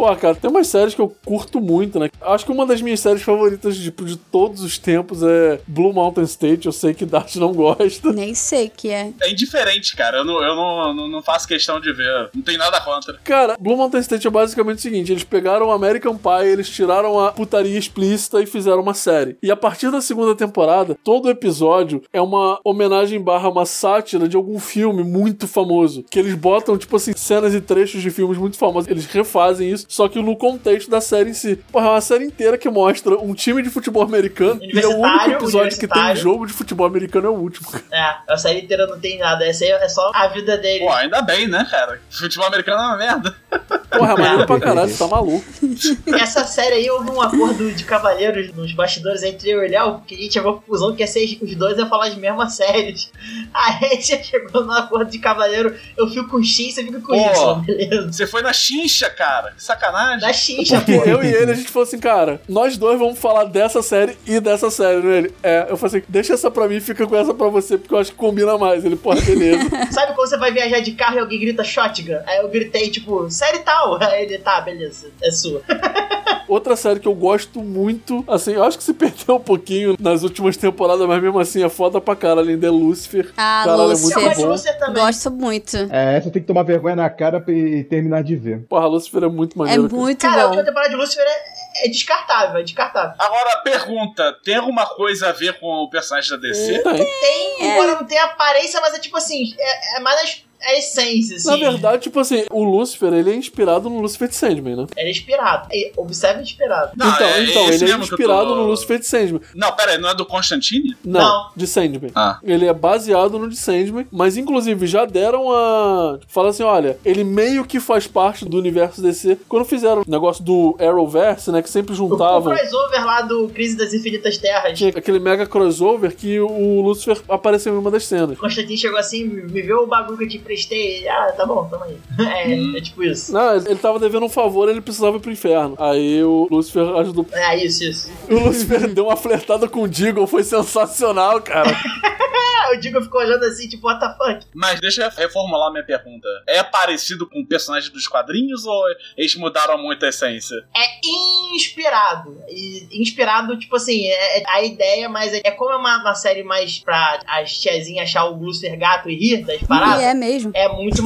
Pô, cara, tem umas séries que eu curto muito, né? Acho que uma das minhas séries favoritas de todos os tempos é Blue Mountain State. Eu sei que Dart não gosta. Nem sei o que é. É indiferente, cara. Eu não faço questão de ver. Não tem nada contra. Cara, Blue Mountain State é basicamente o seguinte: eles pegaram American Pie, eles tiraram a putaria explícita e fizeram uma série. E a partir da segunda temporada, todo episódio é uma homenagem / uma sátira de algum filme muito famoso. Que eles botam, tipo assim, cenas e trechos de filmes muito famosos. Eles refazem isso, só que no contexto da série em si. Porra, é uma série inteira que mostra um time de futebol americano e é o único episódio que tem jogo de futebol americano, é o último. A série inteira não tem nada. Essa aí é só a vida dele. Pô, ainda bem, né, cara? Futebol americano é uma merda. Porra, é maneiro pra caralho, você tá maluco. Essa série aí houve um acordo de cavalheiros nos bastidores entre eu e o Léo, que a gente chegou à conclusão que ia ser os dois a falar as mesmas séries. Aí a gente já chegou no acordo de cavalheiro, eu fico com X, você fica com Y, beleza? Você foi na chincha, cara. Que sacanagem. Na Xincha, Porque pô. eu e ele, a gente falou assim, cara, nós dois vamos falar dessa série e dessa série, né? Ele, eu falei assim, deixa essa pra mim e fica com essa pra você, porque eu acho que combina mais. Ele, porra, beleza. Sabe quando você vai viajar de carro e alguém grita shotgun? Aí eu gritei, tipo, série tal. Aí ele, tá, beleza, é sua. Outra série que eu gosto muito, assim, eu acho que se perdeu um pouquinho nas últimas temporadas, mas mesmo assim é foda pra caralho, ainda é Lucifer. Ah, Caralho, Lucifer. é muito bom. Lucifer também. Gosto muito. Essa tem que tomar vergonha na cara e terminar de ver. Porra, Lucifer é muito É maneiro. cara. muito Cara, a bom. última temporada de Lucifer é descartável, é descartável. Agora, pergunta: tem alguma coisa a ver com o personagem da DC? Tem. Tem, embora não tenha aparência, mas é tipo assim, é mais a essência, assim. Na verdade, tipo assim, o Lucifer, ele é inspirado no Lucifer de Sandman, né? Ele é inspirado. Observe inspirado. Não, então, esse ele é mesmo que eu inspirado tô- no Lucifer de Sandman. Não, pera aí, não é do Constantine? Não, de Sandman. Ah. Ele é baseado no de Sandman, mas inclusive já deram a... Fala assim, olha, ele meio que faz parte do universo DC. Quando fizeram o negócio do Arrowverse, né, que sempre O juntavam... crossover lá do Crise das Infinitas Terras. Tinha aquele mega crossover que o Lucifer apareceu em uma das cenas. O Constantine chegou assim, me viu o bagulho que eu te emprestei. Tá bom, tamo aí. É tipo isso. Não, ele tava devendo um favor, ele precisava ir pro inferno. Aí o Lucifer ajudou. Isso. O Lucifer deu uma flertada com o Deagle, foi sensacional, cara. O Digo ficou olhando assim, tipo, what the fuck? Mas deixa eu reformular minha pergunta. É parecido com o personagem dos quadrinhos ou eles mudaram muito a essência? É inspirado. Inspirado, tipo assim, é a ideia, mas é como é uma série mais pra as tiazinhas achar o Lucifer gato e rir das paradas. E é mesmo. É muito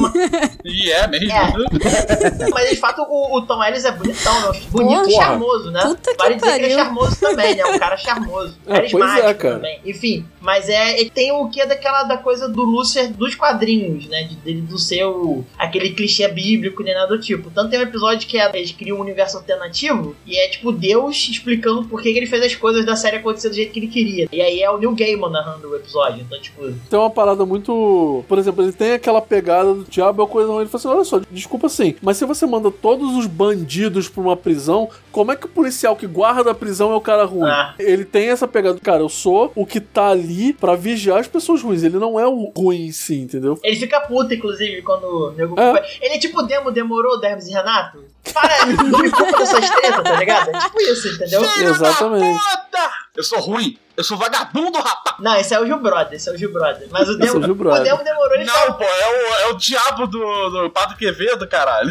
E é mesmo? Mas de fato o Tom Ellis é bonitão, né? Bonito e Porra. charmoso, né? Puta que Vale dizer que ele é pariu. charmoso também, né? Um cara charmoso. Pois Carismático é, cara. também. Enfim, mas ele tem o que da coisa do Lucifer dos quadrinhos, né? Dele do seu aquele clichê bíblico, nem nada do tipo. Tanto tem um episódio que eles criam um universo alternativo e é tipo Deus explicando por que ele fez as coisas da série acontecer do jeito que ele queria. E aí é o Neil Gaiman narrando o episódio. Então, tipo. Tem uma parada muito... Por exemplo, ele tem aquela pegada do diabo, é uma coisa onde ele fala assim, olha só, desculpa assim, mas se você manda todos os bandidos pra uma prisão, como é que o policial que guarda a prisão é o cara ruim? Ele tem essa pegada, cara, eu sou o que tá ali pra vigiar as pessoas ruins, ele não é o ruim em si, entendeu? Ele fica puto, inclusive, quando o nego... Ele é tipo demorou do Hermes e Renato. Para, não me culpa dessas tretas, tá ligado? É tipo isso, entendeu? Exatamente. Eu sou ruim. Eu sou vagabundo, rapaz. Não, esse é o Gil Brother, Mas o Demo demorou, ele Não, pô, é o diabo do Padre Quevedo, caralho.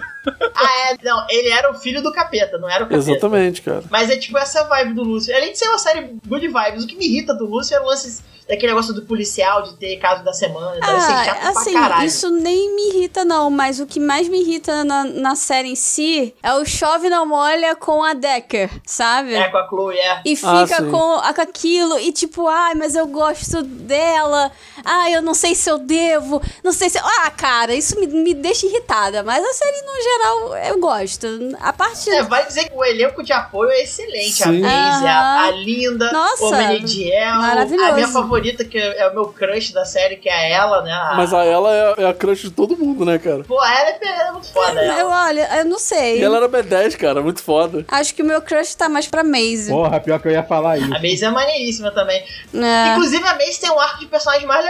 Não, ele era o filho do capeta, não era o capeta. Exatamente, cara. Mas é tipo essa vibe do Lúcio. Além de ser uma série good vibes, o que me irrita do Lúcio é o lance daquele negócio do policial, de ter caso da semana, deve ser chato assim, pra caralho. isso nem me irrita não, mas o que mais me irrita na série em si é o chove não molha com a Decker, sabe? É, com a Chloe, E fica com aquilo, e tipo, mas eu gosto dela, eu não sei se eu devo, não sei se... cara, isso me deixa irritada, mas a série no geral eu gosto. A parte... Vai dizer que o elenco de apoio é excelente. Sim. A Maisie, a Linda, Nossa, o Menediel, maravilhoso. a minha favorita, que é o meu crush da série, que é a ela, né? Mas a ela é a crush de todo mundo, né, cara? Pô, ela é muito foda, ela. Eu não sei. E ela era B10, cara, muito foda. Acho que o meu crush tá mais pra Maisie. Porra, pior que eu ia falar isso. A Maisie é maneiríssima também. É. Inclusive, a Maisie tem um arco de personagem mais legal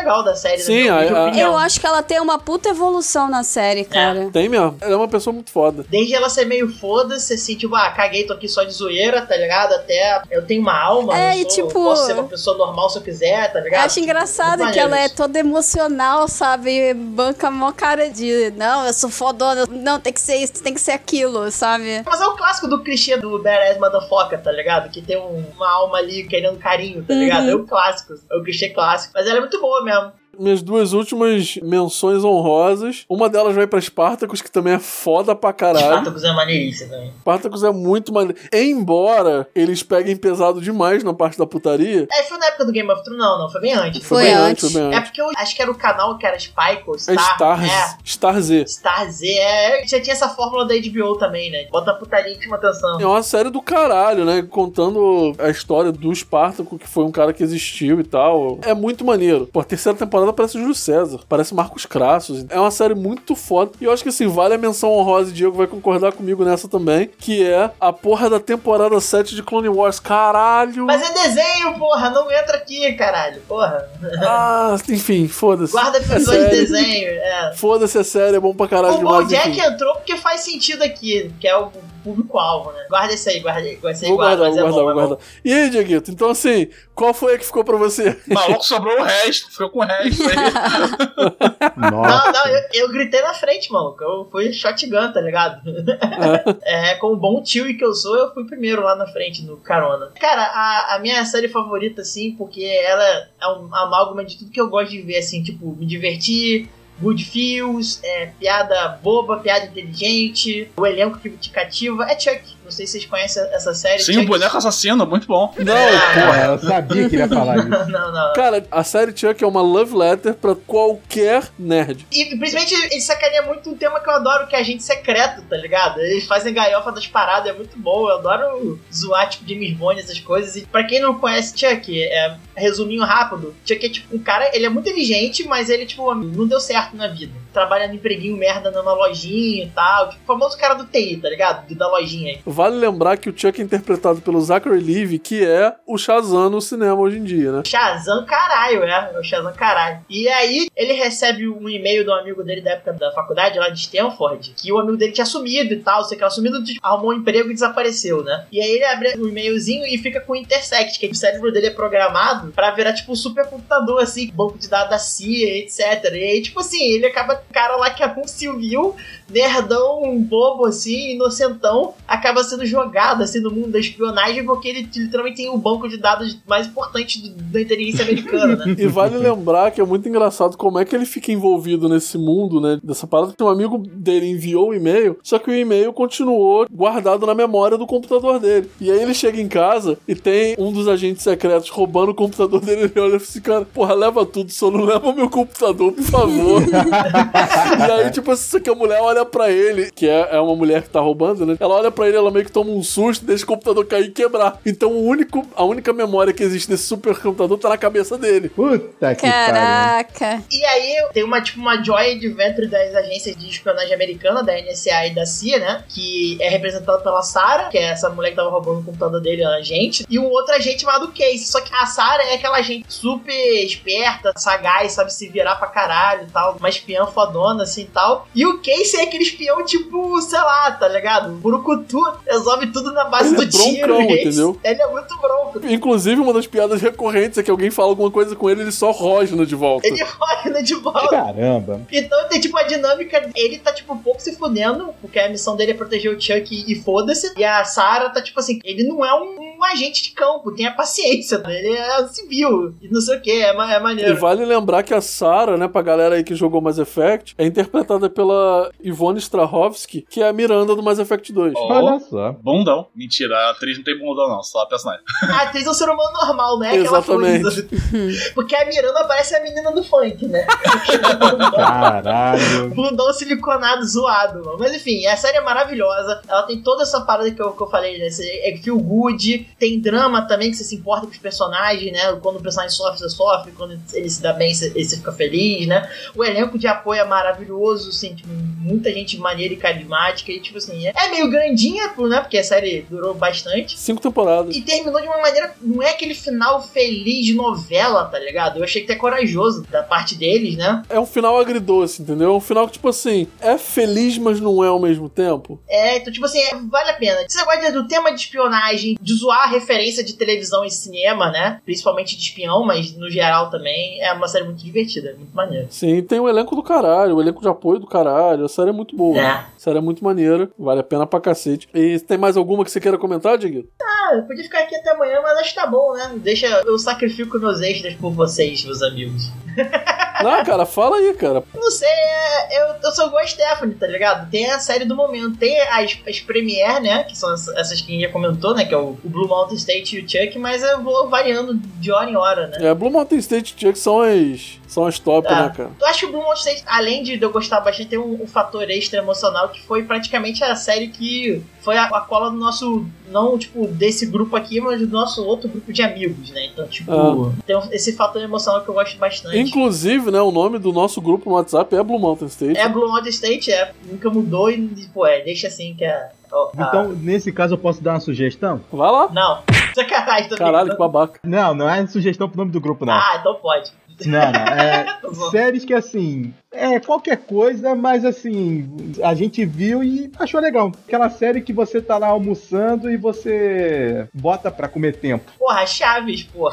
legal da série. Sim, na minha opinião. Eu acho que ela tem uma puta evolução na série, cara. Tem mesmo. Ela é uma pessoa muito foda. Desde ela ser meio foda-se, assim, tipo, caguei, tô aqui só de zoeira, tá ligado? Até eu tenho uma alma, posso ser uma pessoa normal se eu quiser, tá ligado? Eu acho engraçado que ela é toda emocional, sabe? Banca mó cara de, não, eu sou fodona, não, tem que ser isso, tem que ser aquilo, sabe? Mas é o clássico do clichê do badass motherfucker, tá ligado? Que tem uma alma ali querendo carinho, tá ligado? É o clássico, é o clichê clássico. Mas ela é muito boa mesmo. Minhas duas últimas menções honrosas. Uma delas vai pra Spartacus, que também é foda pra caralho. Spartacus é maneiríssimo também. Spartacus é muito maneiro. Embora eles peguem pesado demais na parte da putaria. Foi na época do Game of Thrones, não, foi bem antes. Foi bem antes. É porque eu acho que era o canal que era Spike ou Star. Star Z. Star Z, já tinha essa fórmula da HBO também, né? Bota a putaria e chama atenção. É uma série do caralho, né? Contando a história do Spartacus, que foi um cara que existiu e tal. É muito maneiro. Pô, a terceira temporada parece Júlio César, parece Marcos Crassus. É uma série muito foda. E eu acho que assim, vale a menção honrosa, e Diego vai concordar comigo nessa também, que é a porra da temporada 7 de Clone Wars. Caralho! Mas é desenho, porra! Não entra aqui, caralho. Porra. Enfim, foda-se. Guarda episódio de desenho. Foda-se, é sério, é bom pra caralho o demais. O Jack entrou porque faz sentido aqui, que é o público-alvo, né? Guarda esse aí, guarda. Vou guardar. E aí, Dieguito? Então, assim, qual foi a que ficou pra você? Maluco, sobrou o resto. Ficou com o resto aí. Nossa. Não, eu gritei na frente, maluco. Eu fui shotgun, tá ligado? Como bom tio que eu sou, eu fui primeiro lá na frente, no carona. Cara, a minha série favorita, assim, porque ela é um amálgama de tudo que eu gosto de ver, assim, tipo, me divertir, good feels, piada boba, piada inteligente, o elenco que te cativa. É Chuck. Não sei se vocês conhecem essa série. Sim, Chuck. o boneco assassino, muito bom. Eu sabia que ele ia falar isso. Não. Cara, a série Chuck é uma love letter pra qualquer nerd. E principalmente ele sacaneia muito um tema que eu adoro, que é agente secreto, tá ligado? Eles fazem galhofa das paradas, é muito bom. Eu adoro zoar, tipo, James Bond, essas coisas. E pra quem não conhece Chuck, resuminho rápido, Chuck é tipo um cara, ele é muito inteligente, mas ele, tipo, não deu certo na vida. Trabalha no empreguinho merda numa lojinha e tal. Tipo, o famoso cara do TI, tá ligado? Da lojinha aí. Vale lembrar que o Chuck é interpretado pelo Zachary Levi, que é o Shazam no cinema hoje em dia, né? Shazam caralho, é o Shazam caralho. E aí, ele recebe um e-mail de um amigo dele da época da faculdade, lá de Stanford, que o amigo dele tinha sumido e tal, sei que ela sumido, arrumou um emprego e desapareceu, né? E aí ele abre um e-mailzinho e fica com o Intersect, que o cérebro dele é programado pra virar, tipo, um supercomputador, assim, banco de dados da CIA, etc. E aí, tipo assim, ele acaba um cara lá que é um civil, nerdão, bobo, assim, inocentão, acaba sendo jogado, assim, no mundo da espionagem, porque ele literalmente tem o banco de dados mais importante da inteligência americana, né? E vale lembrar que é muito engraçado como é que ele fica envolvido nesse mundo, né, dessa parada, que um amigo dele enviou o e-mail, só que o e-mail continuou guardado na memória do computador dele. E aí ele chega em casa e tem um dos agentes secretos roubando o computador dele, ele olha assim, cara, porra, leva tudo, só não leva o meu computador, por favor. E aí, tipo, isso que a mulher olha pra ele, que é uma mulher que tá roubando, né? Ela olha pra ele, ela meio que toma um susto, deixa o computador cair e quebrar. Então a única memória que existe desse supercomputador tá na cabeça dele. Puta que pariu. Caraca. E aí tem uma joy adventure das agências de espionagem americana, da NSA e da CIA, né? Que é representada pela Sarah, que é essa mulher que tava roubando o computador dele, a agente. E um outro agente chamado Casey. Só que a Sarah é aquela agente super esperta, sagaz, sabe se virar pra caralho e tal. Uma espiã fodona, assim e tal. E o Casey é aquele espião, tipo, sei lá, tá ligado? Burucutu, resolve tudo na base do tiro. Broncão, entendeu? Ele é muito bronco. Inclusive, uma das piadas recorrentes é que alguém fala alguma coisa com ele, ele só rosna de volta. Ele rosna de volta. Caramba. Então tem, tipo, a dinâmica, ele tá, tipo, um pouco se fudendo, porque a missão dele é proteger o Chuck e foda-se. E a Sarah tá, tipo assim, ele não é um agente de campo, tenha paciência, ele é civil, e não sei o que, é maneiro. E vale lembrar que a Sarah, né, pra galera aí que jogou Mass Effect, é interpretada pela Ivone Strahovski, que é a Miranda do Mass Effect 2. Olha só. Bundão. Mentira, a atriz não tem bundão não, só a personagem. A atriz é um ser humano normal, né? Exatamente. Coisa. Porque a Miranda parece a menina do funk, né? Caralho. Bundão siliconado, zoado, mano. Mas enfim, a série é maravilhosa. Ela tem toda essa parada que eu falei, né? É feel good, Tem drama também, que você se importa com os personagens, né? Quando o personagem sofre, você sofre. Quando ele se dá bem, você fica feliz, né? O elenco de apoio é maravilhoso, assim, tipo, muita gente maneira e carismática. E, tipo assim, é meio grandinha, né? Porque a série durou bastante. 5 temporadas. E terminou de uma maneira... Não é aquele final feliz de novela, tá ligado? Eu achei que até corajoso da parte deles, né? É um final agridoce, entendeu? É um final que, tipo assim, é feliz, mas não é ao mesmo tempo. Então, tipo assim, vale a pena. Você gosta do tema de espionagem, de zoar a referência de televisão e cinema, né? Principalmente de espião, mas no geral também. É uma série muito divertida, muito maneira. Sim, tem o elenco do caralho, o elenco de apoio do caralho. A série é muito boa. A série é muito maneira, vale a pena pra cacete. E tem mais alguma que você queira comentar, Dieguito? Eu podia ficar aqui até amanhã, mas acho que tá bom, né? Eu sacrifico meus extras por vocês, meus amigos. Não, cara, fala aí, cara. Não sei, eu sou igual a Stephanie, tá ligado? Tem a série do momento, tem as Premiere, né? Que são essas que a gente já comentou, né? Que é o Blue Mountain State e o Chuck, mas eu vou variando de hora em hora, né? Blue Mountain State e Chuck são as top, né, cara? Eu acho que o Blue Mountain State, além de eu gostar bastante, tem um fator extra emocional que foi praticamente a série que foi a cola do nosso, não, tipo, desse grupo aqui, mas do nosso outro grupo de amigos, né? Então, tipo, tem esse fator emocional que eu gosto bastante. Inclusive, né, o nome do nosso grupo no WhatsApp é Blue Mountain State. É Blue Mountain State, nunca mudou e, pô, deixa assim que é... Então, nesse caso, eu posso dar uma sugestão? Vai lá. Não, sacanagem também. Caralho, que babaca. Não é sugestão pro nome do grupo, não. Então pode. Não. Séries que, assim, qualquer coisa, mas, assim, a gente viu e achou legal. Aquela série que você tá lá almoçando e você bota pra comer tempo. Porra, Chaves, porra.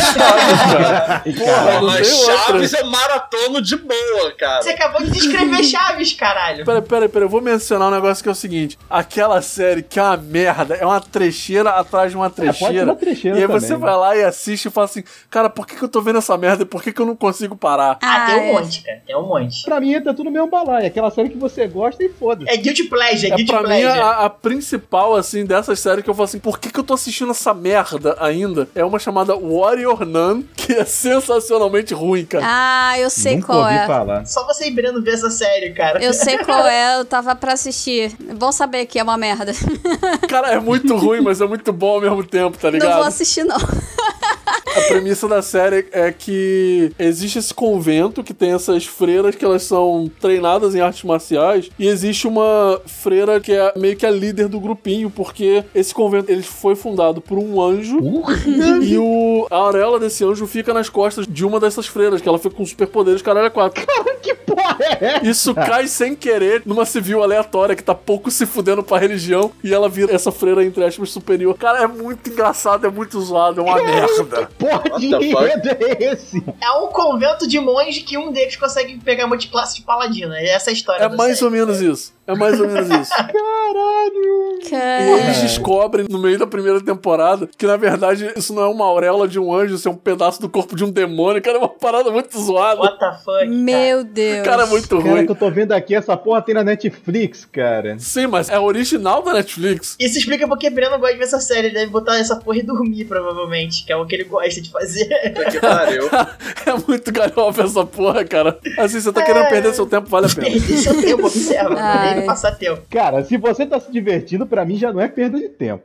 Mas Chaves é maratona de boa, cara. Você acabou de descrever Chaves, caralho. Pera, eu vou mencionar um negócio que é o seguinte. Aquela série que é uma merda, é uma trecheira atrás de uma trecheira. Pode ser uma trecheira e aí também, você vai lá e assiste e fala assim, cara, por que eu tô vendo essa merda e por que eu não consigo parar? Tem um monte, cara. Tem um monte. Pra mim, entra tudo no mesmo balaio. Aquela série que você gosta e foda-se. É guilty pleasure, guilty pra pleasure. mim, a principal, assim, dessas séries que eu falo assim, por que eu tô assistindo essa merda ainda? É uma chamada Warrior Nun, que é sensacionalmente ruim, cara. Eu sei Nunca qual ouvi é. falar. Só você e Breno ver essa série, cara. Eu sei qual é, eu tava pra assistir. Bom saber que é uma merda. Cara, é muito ruim, mas é muito bom ao mesmo tempo, tá ligado? Não vou assistir, não. A premissa da série é que existe esse convento que tem essas freiras que elas são treinadas em artes marciais e existe uma freira que é meio que a líder do grupinho, porque esse convento ele foi fundado por um anjo e a auréola desse anjo fica nas costas de uma dessas freiras, que ela fica com superpoderes caralho a 4. Cara, que porra é essa? Isso cai sem querer numa civil aleatória que tá pouco se fudendo pra religião e ela vira essa freira, entre aspas, superior. Cara, é muito engraçado, é muito zoado, é uma merda. Porra de enredo é esse? É um convento de monge que um deles consegue pegar multiclasse de paladino. Essa é a história. É mais ou menos isso. É mais ou menos isso. Caralho! E eles descobrem no meio da primeira temporada que, na verdade, isso não é uma auréola de um anjo, isso é um pedaço do corpo de um demônio. Cara, é uma parada muito zoada. What the fuck? Meu Deus. Cara, é muito ruim. Cara, que eu tô vendo aqui, essa porra tem na Netflix, cara. Sim, mas é original da Netflix. Isso explica porque Breno gosta de ver essa série. Ele deve botar essa porra e dormir, provavelmente. Que é o que ele gosta de fazer. Que pariu. É muito galhofa essa porra, cara. Assim, você tá querendo perder seu tempo, vale a pena. Perder seu tempo, observa. Não é nem passar tempo. Cara, se você tá se divertindo, pra mim já não é perda de tempo.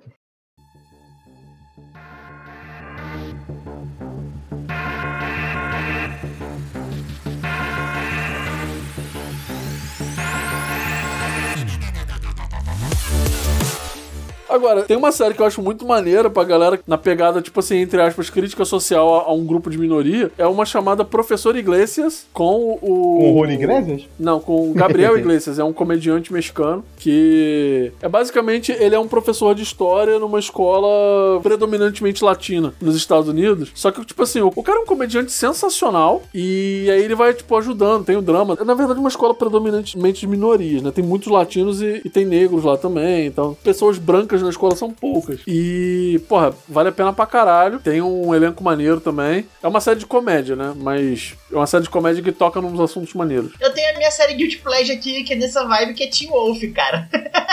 Agora, tem uma série que eu acho muito maneira pra galera na pegada, tipo assim, entre aspas, crítica social a um grupo de minoria. É uma chamada Professor Iglesias com o... Com o Rony Iglesias? Não, com o Gabriel Iglesias. É um comediante mexicano que... basicamente, ele é um professor de história numa escola predominantemente latina nos Estados Unidos. Só que, tipo assim, o cara é um comediante sensacional e aí ele vai, tipo, ajudando. Tem o drama. É, na verdade, uma escola predominantemente de minorias, né? Tem muitos latinos e tem negros lá também. Então, pessoas brancas na escola são poucas. E, porra, vale a pena pra caralho. Tem um elenco maneiro também. É uma série de comédia, né? Mas é uma série de comédia que toca nos assuntos maneiros. Eu tenho a minha série Guilty Pleasure aqui, que é nessa vibe, que é Teen Wolf, cara.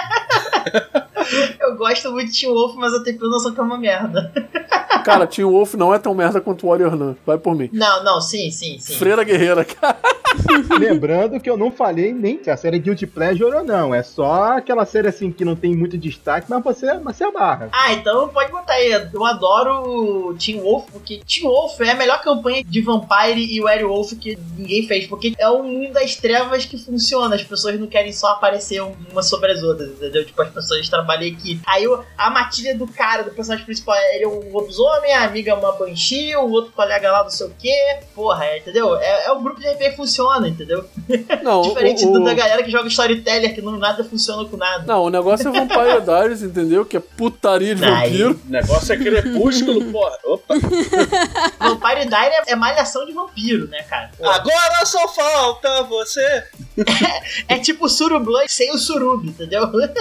Eu gosto muito de Teen Wolf, mas eu tenho plena noção que é uma merda. Cara, Teen Wolf não é tão merda quanto Warrior Nun. Vai por mim. Não, sim. Freira Guerreira, cara. Lembrando que eu não falei nem se a série é Guilty Pleasure ou não. É só aquela série assim que não tem muito destaque, mas você amarra. Ah, então pode botar aí. Eu adoro Teen Wolf, porque Teen Wolf é a melhor campanha de Vampire e Werewolf que ninguém fez, porque é um mundo das trevas que funciona. As pessoas não querem só aparecer umas sobre as outras, entendeu? Tipo, as pessoas trabalham em equipe. Aí a matilha do cara, do personagem principal, ele é um lobisomem, a amiga é uma banshee, o outro colega lá não sei o quê. Porra, entendeu? É o grupo de RPG que funciona, entendeu? Não, Diferente da galera que joga Storyteller, que não nada funciona com nada. Não, o negócio é Vampire Diaries, entendeu? Que é putaria de vampiro. O negócio é crepúsculo, porra. Opa. Vampire Diaries é malhação de vampiro, né, cara? Porra. Agora só falta você. É tipo Surublood sem o Surub, entendeu?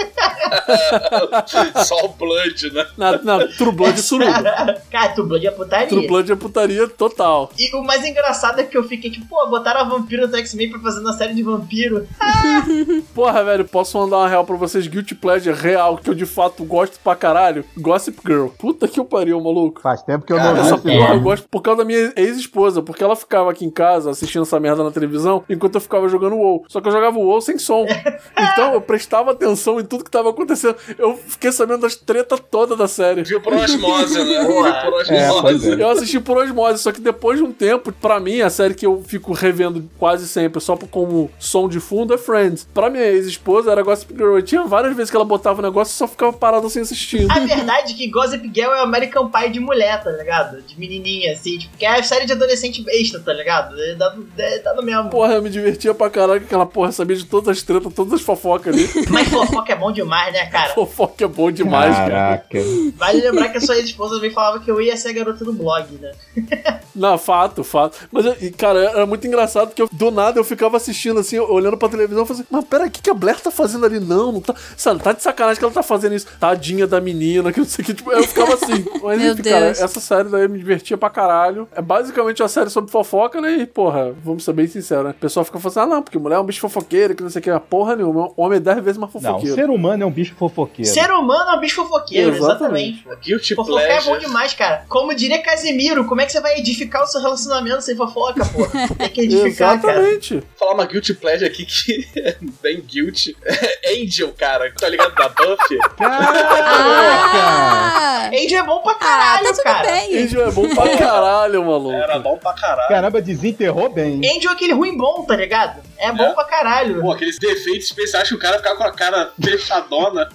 Só o Blood, né? Na True Blood é suruba. Cara, True Blood é putaria. True Blood é putaria total. E o mais engraçado é que eu fiquei tipo, pô, botaram a vampira do X-Men pra fazer uma série de vampiro. Porra, velho, posso mandar uma real pra vocês? Guilty Pleasure real, que eu de fato gosto pra caralho. Gossip Girl. Puta que eu pariu, maluco. Faz tempo que eu não vi Essa esse porra eu nome. gosto por causa da minha ex-esposa, porque ela ficava aqui em casa assistindo essa merda na televisão, enquanto eu ficava jogando WoW. Só que eu jogava WoW sem som. Então eu prestava atenção em tudo que tava acontecendo. Eu fiquei sabendo das tretas todas da série. Viu por osmose, né? Viu por pois osmose. é. Eu assisti por osmose, só que depois de um tempo, pra mim, a série que eu fico revendo quase sempre, só como som de fundo, é Friends. Pra minha ex-esposa, era Gossip Girl. Eu tinha várias vezes que ela botava o negócio e só ficava parada assim assistindo. A verdade é que Gossip Girl é o American Pie de mulher, tá ligado? De menininha, assim, tipo, que é a série de adolescente besta, tá ligado? Dá no mesmo. Porra, eu me divertia pra caralho com aquela porra, sabia de todas as tretas, todas as fofocas ali. Mas fofoca é bom demais, né, cara? Fofoca é bom demais, cara. Caraca. Vale lembrar que a sua ex-esposa também falava que eu ia ser a garota do blog, né? Não, fato. Mas, cara, era muito engraçado que do nada eu ficava assistindo assim, olhando pra televisão e falando assim, mas pera, o que a Blair tá fazendo ali? Não tá. Sabe, tá de sacanagem que ela tá fazendo isso. Tadinha da menina, que não sei o que. Tipo, eu ficava assim. Mas Meu enfim, cara, Deus. essa série daí me divertia pra caralho. É basicamente uma série sobre fofoca, né? E, porra, vamos ser bem sinceros, né? O pessoal fica falando assim, não, porque mulher é um bicho fofoqueiro, que não sei o que. Porra nenhuma. Homem é 10 vezes mais Não, fofoqueiro. ser humano é um bicho fofoqueiro. Ser humano é um bicho fofoqueiro, Exatamente. exatamente. Guilty Fofocar é bom Pleasure. demais, cara. Como diria Casemiro, como é que você vai edificar o seu relacionamento sem fofoca, pô? Tem que edificar, cara. Exatamente. Falar uma Guilty Pleasure aqui que é bem guilty. Angel, cara. Tá ligado da Buffy? Caraca! Ah, Angel é bom pra tá caralho, tudo cara. bem. Angel é bom pra caralho, maluco. Era bom pra caralho. Caramba, desenterrou bem. Angel é aquele ruim bom, tá ligado? É bom pra caralho. Pô, aqueles defeitos especiais que o cara ficava com a cara fechadona.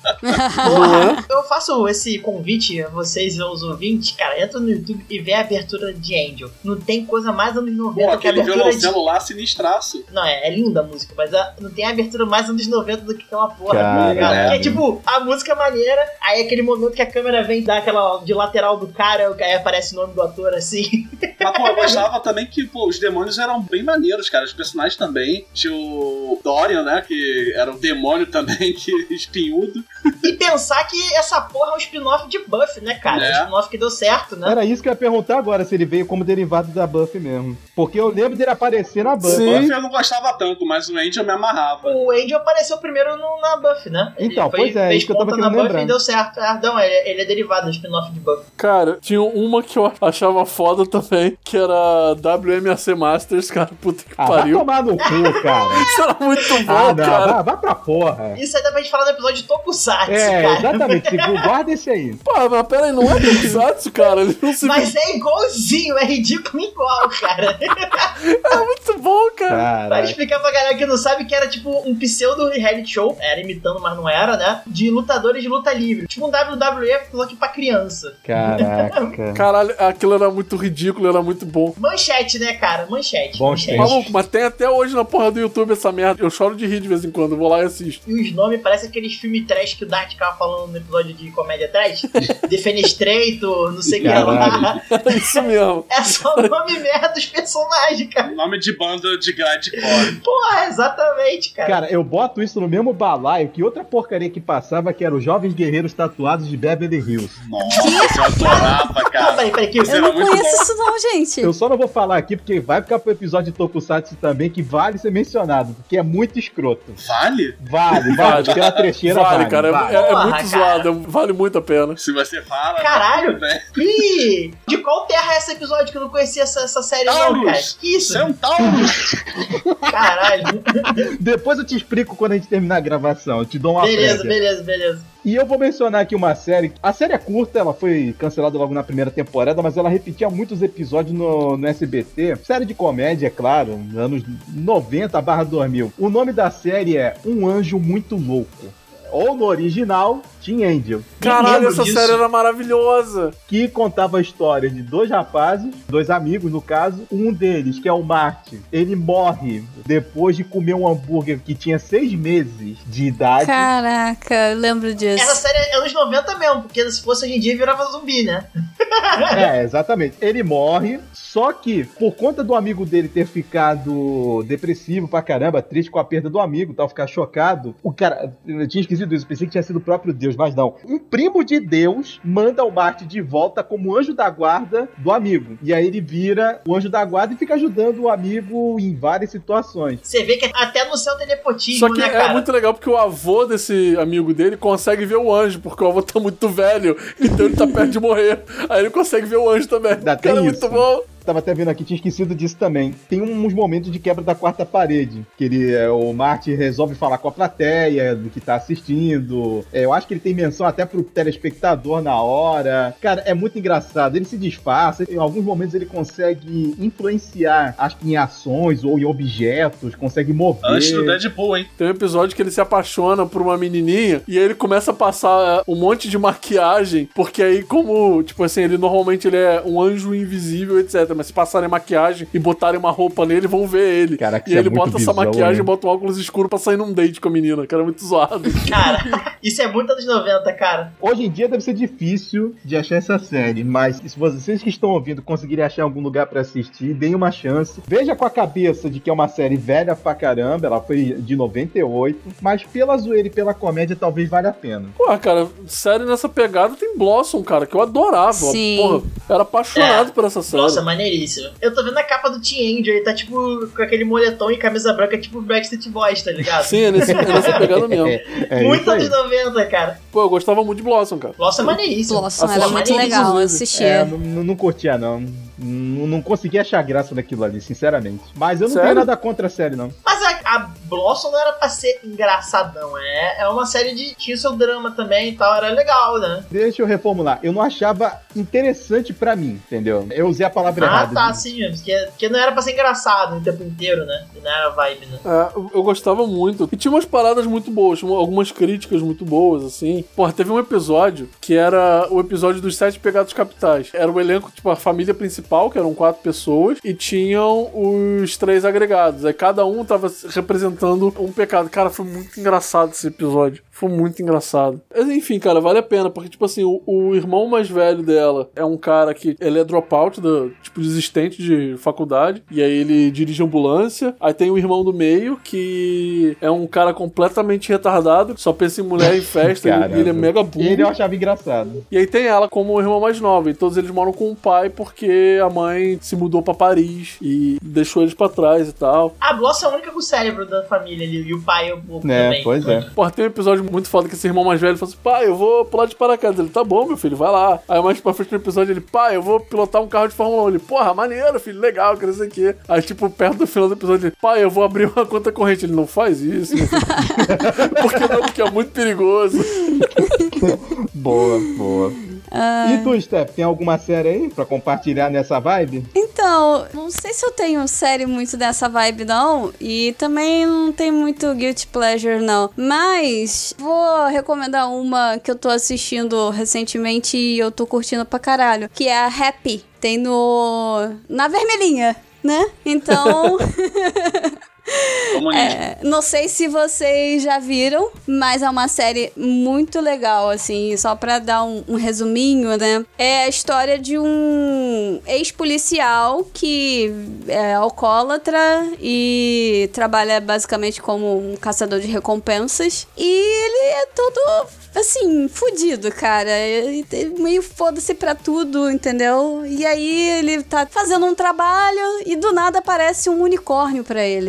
Porra, eu faço esse convite a vocês e aos ouvintes, cara, entra no YouTube e vê a abertura de Angel. Não tem coisa mais anos 90 Pô, que a aquele abertura violoncelo lá sinistraço. Não, é linda a música, mas não tem abertura mais anos 90 do que aquela porra, tá Caralho. ligado? Porque é tipo, a música é maneira, aí aquele momento que a câmera vem dar aquela de lateral do cara, aí aparece o nome do ator assim. Mas, pô, eu gostava também que, pô, os demônios eram bem maneiros, cara. Os personagens também. Tinha o Dorian, né, que era um demônio também, que espinhudo. E pensar que essa porra é um spin-off de Buffy, né, cara? É. Um spin-off que deu certo, né? Era isso que eu ia perguntar agora, se ele veio como derivado da Buffy mesmo. Porque eu lembro dele aparecer na Buffy. Sim. Buffy eu não gostava tanto, mas o Angel me amarrava. O Angel apareceu primeiro na Buffy, né? Então, Ele pois é, fez isso que eu tava ponta na querendo Buffy lembrar. e deu certo. Não, ele é derivado do spin-off de Buffy. Cara, tinha uma que eu achava foda também, que era WMAC Masters, cara. Puta que Ah, vai pariu. tomar no cu, cara. Isso era muito bom, Ah, não, cara. vai pra porra. Isso aí dá pra gente falar no episódio de Tokusatsu, É, cara. exatamente. Guarda esse aí. Pô, mas pera aí, não é Tokusatsu, cara. Ele não se... Mas é igualzinho, é ridículo igual, cara. É muito bom, cara. Pra Caraca. explicar pra galera que não sabe que era tipo um pseudo reality show, era imitando, mas não era, né? De lutadores de luta livre. Tipo um WWE, só que pra criança. Caraca. Caralho, aquilo era muito ridículo, era muito bom. Manchete, né, cara? Manchete. Bom manchete. tempo. Maluco, mas tem até hoje na porra do YouTube essa merda. Eu choro de rir de vez em quando, eu vou lá e assisto. E os nomes parecem aqueles filmes trash que o Dart ficava falando no episódio de comédia trash. Defenestrator, não sei o que lá. É isso mesmo. É só o nome merda dos personagens, cara. Nome de banda de grindcore. Porra, exatamente, cara. Cara, eu boto isso no mesmo balaio que outra porcaria que passava, que era os Jovens Guerreiros Tatuados de Beverly Hills. Nossa, eu adorava, Não, cara. peraí, que Isso Eu era não muito conheço bom. isso não, gente. Eu só não vou falar aqui porque vai ficar pro episódio de Tokusatsu também, que vale ser mencionado, porque é muito escroto. Vale? Vale, pela trecheira Vale, vale. cara, é muito zoado, vale muito a pena. Se você fala... Caralho! Né? Ih, de qual terra é esse episódio que eu não conhecia essa série não, cara? Que isso? Centauros! Caralho. Depois eu te explico quando a gente terminar a gravação. Eu te dou uma prévia. Beleza. E eu vou mencionar aqui uma série. A série é curta, ela foi cancelada logo na primeira temporada, mas ela repetia muitos episódios no SBT. Série de comédia, é claro, anos 90/2000. O nome da série é Um Anjo Muito Louco. Ou no original, Teen Angel. Caralho, essa série era maravilhosa. Que contava a história de dois rapazes, dois amigos no caso. Um deles, que é o Marty, ele morre depois de comer um hambúrguer que tinha 6 meses de idade. Caraca, eu lembro disso. Essa série é anos 90 mesmo, porque se fosse hoje em dia virava zumbi, né? É, exatamente. Ele morre, só que por conta do amigo dele ter ficado depressivo pra caramba, triste com a perda do amigo, tal, ficar chocado, o cara, eu tinha esquecido isso, pensei que tinha sido o próprio Deus, mas não. Um primo de Deus manda o Marty de volta como anjo da guarda do amigo. E aí ele vira o anjo da guarda e fica ajudando o amigo em várias situações. Você vê que até no céu tem nepotismo, Só que né, cara? é muito legal porque o avô desse amigo dele consegue ver o anjo, porque o avô tá muito velho, então ele tá perto de morrer. Aí ele consegue ver o anjo também. Ainda Cara, tem muito isso. bom. Tava até vendo aqui, tinha esquecido disso também. Tem uns momentos de quebra da quarta parede, que o Marty resolve falar com a plateia do que tá assistindo. Eu acho que ele tem menção até pro telespectador na hora. Cara, é muito engraçado. Ele se disfarça, em alguns momentos ele consegue influenciar, acho que em ações ou em objetos, consegue mover. Antes do Deadpool, hein? Tem um episódio que ele se apaixona por uma menininha e aí ele começa a passar um monte de maquiagem, porque aí como, tipo assim, ele normalmente ele é um anjo invisível, etc. Mas se passarem maquiagem e botarem uma roupa nele, vão ver ele. Caraca, e ele é muito bota essa bizarro, maquiagem né? e bota um óculos escuro pra sair num date com a menina. Cara, é muito zoado. Cara, isso é muito anos 90, cara. Hoje em dia deve ser difícil de achar essa série, mas se vocês que estão ouvindo conseguirem achar algum lugar pra assistir, deem uma chance. Veja com a cabeça de que é uma série velha pra caramba, ela foi de 98, mas pela zoeira e pela comédia talvez valha a pena. Pô, cara, série nessa pegada tem Blossom, cara, que eu adorava. Sim. Porra, eu era apaixonado por essa série. Nossa, maneiríssimo. Eu tô vendo a capa do Teen Angel, ele tá tipo com aquele moletom e camisa branca, tipo Backstreet Boys, tá ligado? Sim, é nessa pegada mesmo. Muito isso aí. anos 90, cara. Pô, eu gostava muito de Blossom, cara. Nossa, é maneiríssimo. Blossom Assisti era muito todos legal, os eu vídeos. assistia. Não curtia, não. Não consegui achar graça naquilo ali, sinceramente. Mas eu não Sério? tenho nada contra a série, não. Mas a Blossom não era pra ser engraçadão, é uma série de... tinha seu drama também e tal, era legal, né? Deixa eu reformular. Eu não achava interessante pra mim, entendeu? Eu usei a palavra Ah, errada. tá, sim mesmo. Porque não era pra ser engraçado o tempo inteiro, né? Não era vibe, né? Eu gostava muito. E tinha umas paradas muito boas, tinha algumas críticas muito boas, assim. Porra, teve um episódio que era o episódio dos 7 Pecados Capitais. Era o elenco, tipo, a família principal, que eram 4 pessoas, e tinham os 3 agregados. Aí cada um tava representando um pecado. Cara, foi muito engraçado esse episódio. Foi muito engraçado. Mas, enfim, cara, vale a pena, porque, tipo assim, o irmão mais velho dela é um cara que ele é dropout, tipo, desistente de faculdade, e aí ele dirige ambulância. Aí tem o irmão do meio, que é um cara completamente retardado, que só pensa em mulher e festa, e ele é mega burro. Ele eu achava engraçado. E aí tem ela como irmã mais nova, e todos eles moram com o pai, porque a mãe se mudou pra Paris, e deixou eles pra trás e tal. A Blossom é a única com o cérebro da família ali, e o pai também. Pois é. Porra, tem um episódio muito foda que esse irmão mais velho fala assim: pai, eu vou pular de paraquedas. Ele, tá bom, meu filho, vai lá. Aí mais pra frente no episódio ele, pai, eu vou pilotar um carro de Fórmula 1. Ele, porra, maneiro, filho, legal, que não sei o quê. Aí, tipo, perto do final do episódio ele, pai, eu vou abrir uma conta corrente. Ele, não faz isso, meu filho. Por que não? Porque é muito perigoso. Boa. E tu, Steph, tem alguma série aí pra compartilhar nessa vibe? Então, não sei se eu tenho série muito dessa vibe, não. E também não tem muito guilty pleasure, não. Mas vou recomendar uma que eu tô assistindo recentemente e eu tô curtindo pra caralho. Que é a Happy. Tem na vermelhinha, né? Então... não sei se vocês já viram, mas é uma série muito legal, assim, só pra dar um resuminho, né? É a história de um ex-policial que é alcoólatra e trabalha basicamente como um caçador de recompensas. E ele é todo, assim, fudido, cara. Ele meio foda-se pra tudo, entendeu? E aí ele tá fazendo um trabalho e do nada aparece um unicórnio pra ele. É o quê?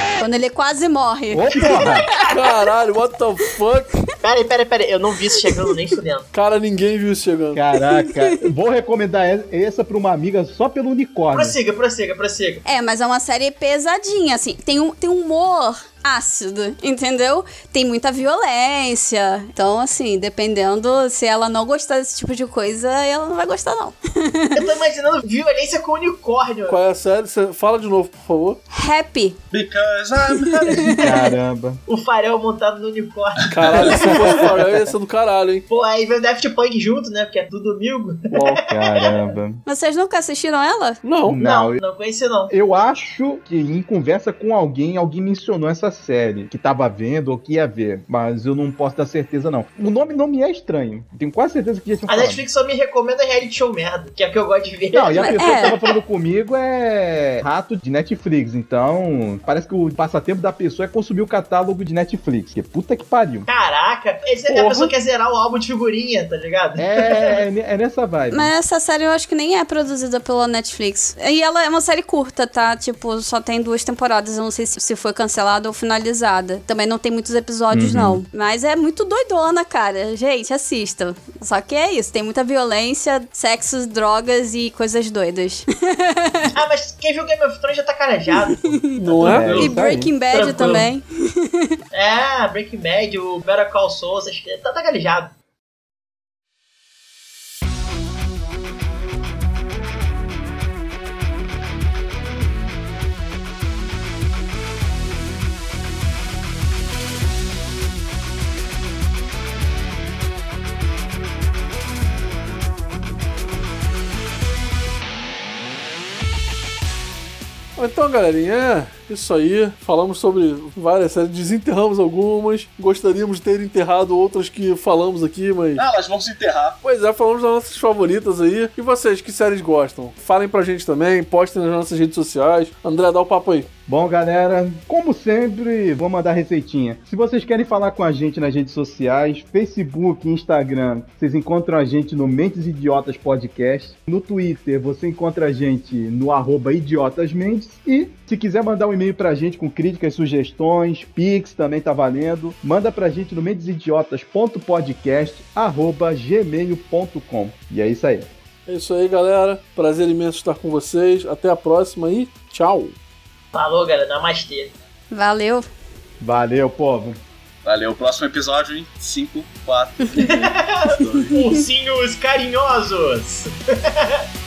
Quando ele quase morre. Ô, porra! Caralho, what the fuck? Pera aí, eu não vi isso chegando nem fudendo. Cara, ninguém viu isso chegando. Caraca, vou recomendar essa pra uma amiga só pelo unicórnio. Prossiga. É, mas é uma série pesadinha, assim. Tem humor ácido, entendeu? Tem muita violência. Então, assim, dependendo, se ela não gostar desse tipo de coisa, ela não vai gostar, não. Eu tô imaginando violência com unicórnio. Qual é a série? Você fala de novo, por favor. Happy. Because I'm happy. Caramba. O farol montado no unicórnio. Caralho, se fosse Farol, ia ser do caralho, hein? Pô, aí vem o Daft Punk junto, né? Porque é tudo domingo. Caramba. Vocês nunca assistiram ela? Não. Não conheci não. Eu acho que em conversa com alguém mencionou essa série, que tava vendo ou que ia ver, mas eu não posso dar certeza não. O nome não me é estranho, tenho quase certeza que já tinha A falado. Netflix só me recomenda reality show merda, que é o que eu gosto de ver. Não, e a pessoa É. que tava falando comigo é rato de Netflix, então parece que o passatempo da pessoa é consumir o catálogo de Netflix, que puta que pariu. Caraca, a pessoa quer zerar o álbum de figurinha, tá ligado? É nessa vibe. Mas essa série eu acho que nem é produzida pela Netflix. E ela é uma série curta, tá? Tipo, só tem 2 temporadas. Eu não sei se foi cancelada ou finalizada. Também não tem muitos episódios, não. Mas é muito doidona, cara. Gente, assista. Só que é isso. Tem muita violência, sexo, drogas e coisas doidas. Ah, mas quem viu Game of Thrones já tá carejado. Não é? E Breaking Bad Tranquilo. também. É, Breaking Bad, o Better Call Saul, acho que tá calejado. Então, galerinha, é isso aí. Falamos sobre várias séries, desenterramos algumas. Gostaríamos de ter enterrado outras que falamos aqui, mas... Ah, elas vão se enterrar. Pois é, falamos das nossas favoritas aí. E vocês, que séries gostam? Falem pra gente também, postem nas nossas redes sociais. André, dá o papo aí. Bom, galera, como sempre, vou mandar receitinha. Se vocês querem falar com a gente nas redes sociais, Facebook, Instagram, vocês encontram a gente no Mentes Idiotas Podcast. No Twitter, você encontra a gente no @idiotasmentes. E se quiser mandar um e-mail pra gente com críticas, sugestões, Pix também tá valendo, manda pra gente no mentesidiotas.podcast@gmail.com. E é isso aí. É isso aí, galera. Prazer imenso estar com vocês. Até a próxima e tchau. Falou, galera, namastê. Valeu. Valeu, povo. Valeu, próximo episódio em 5, 4, 3, 2... Ursinhos carinhosos.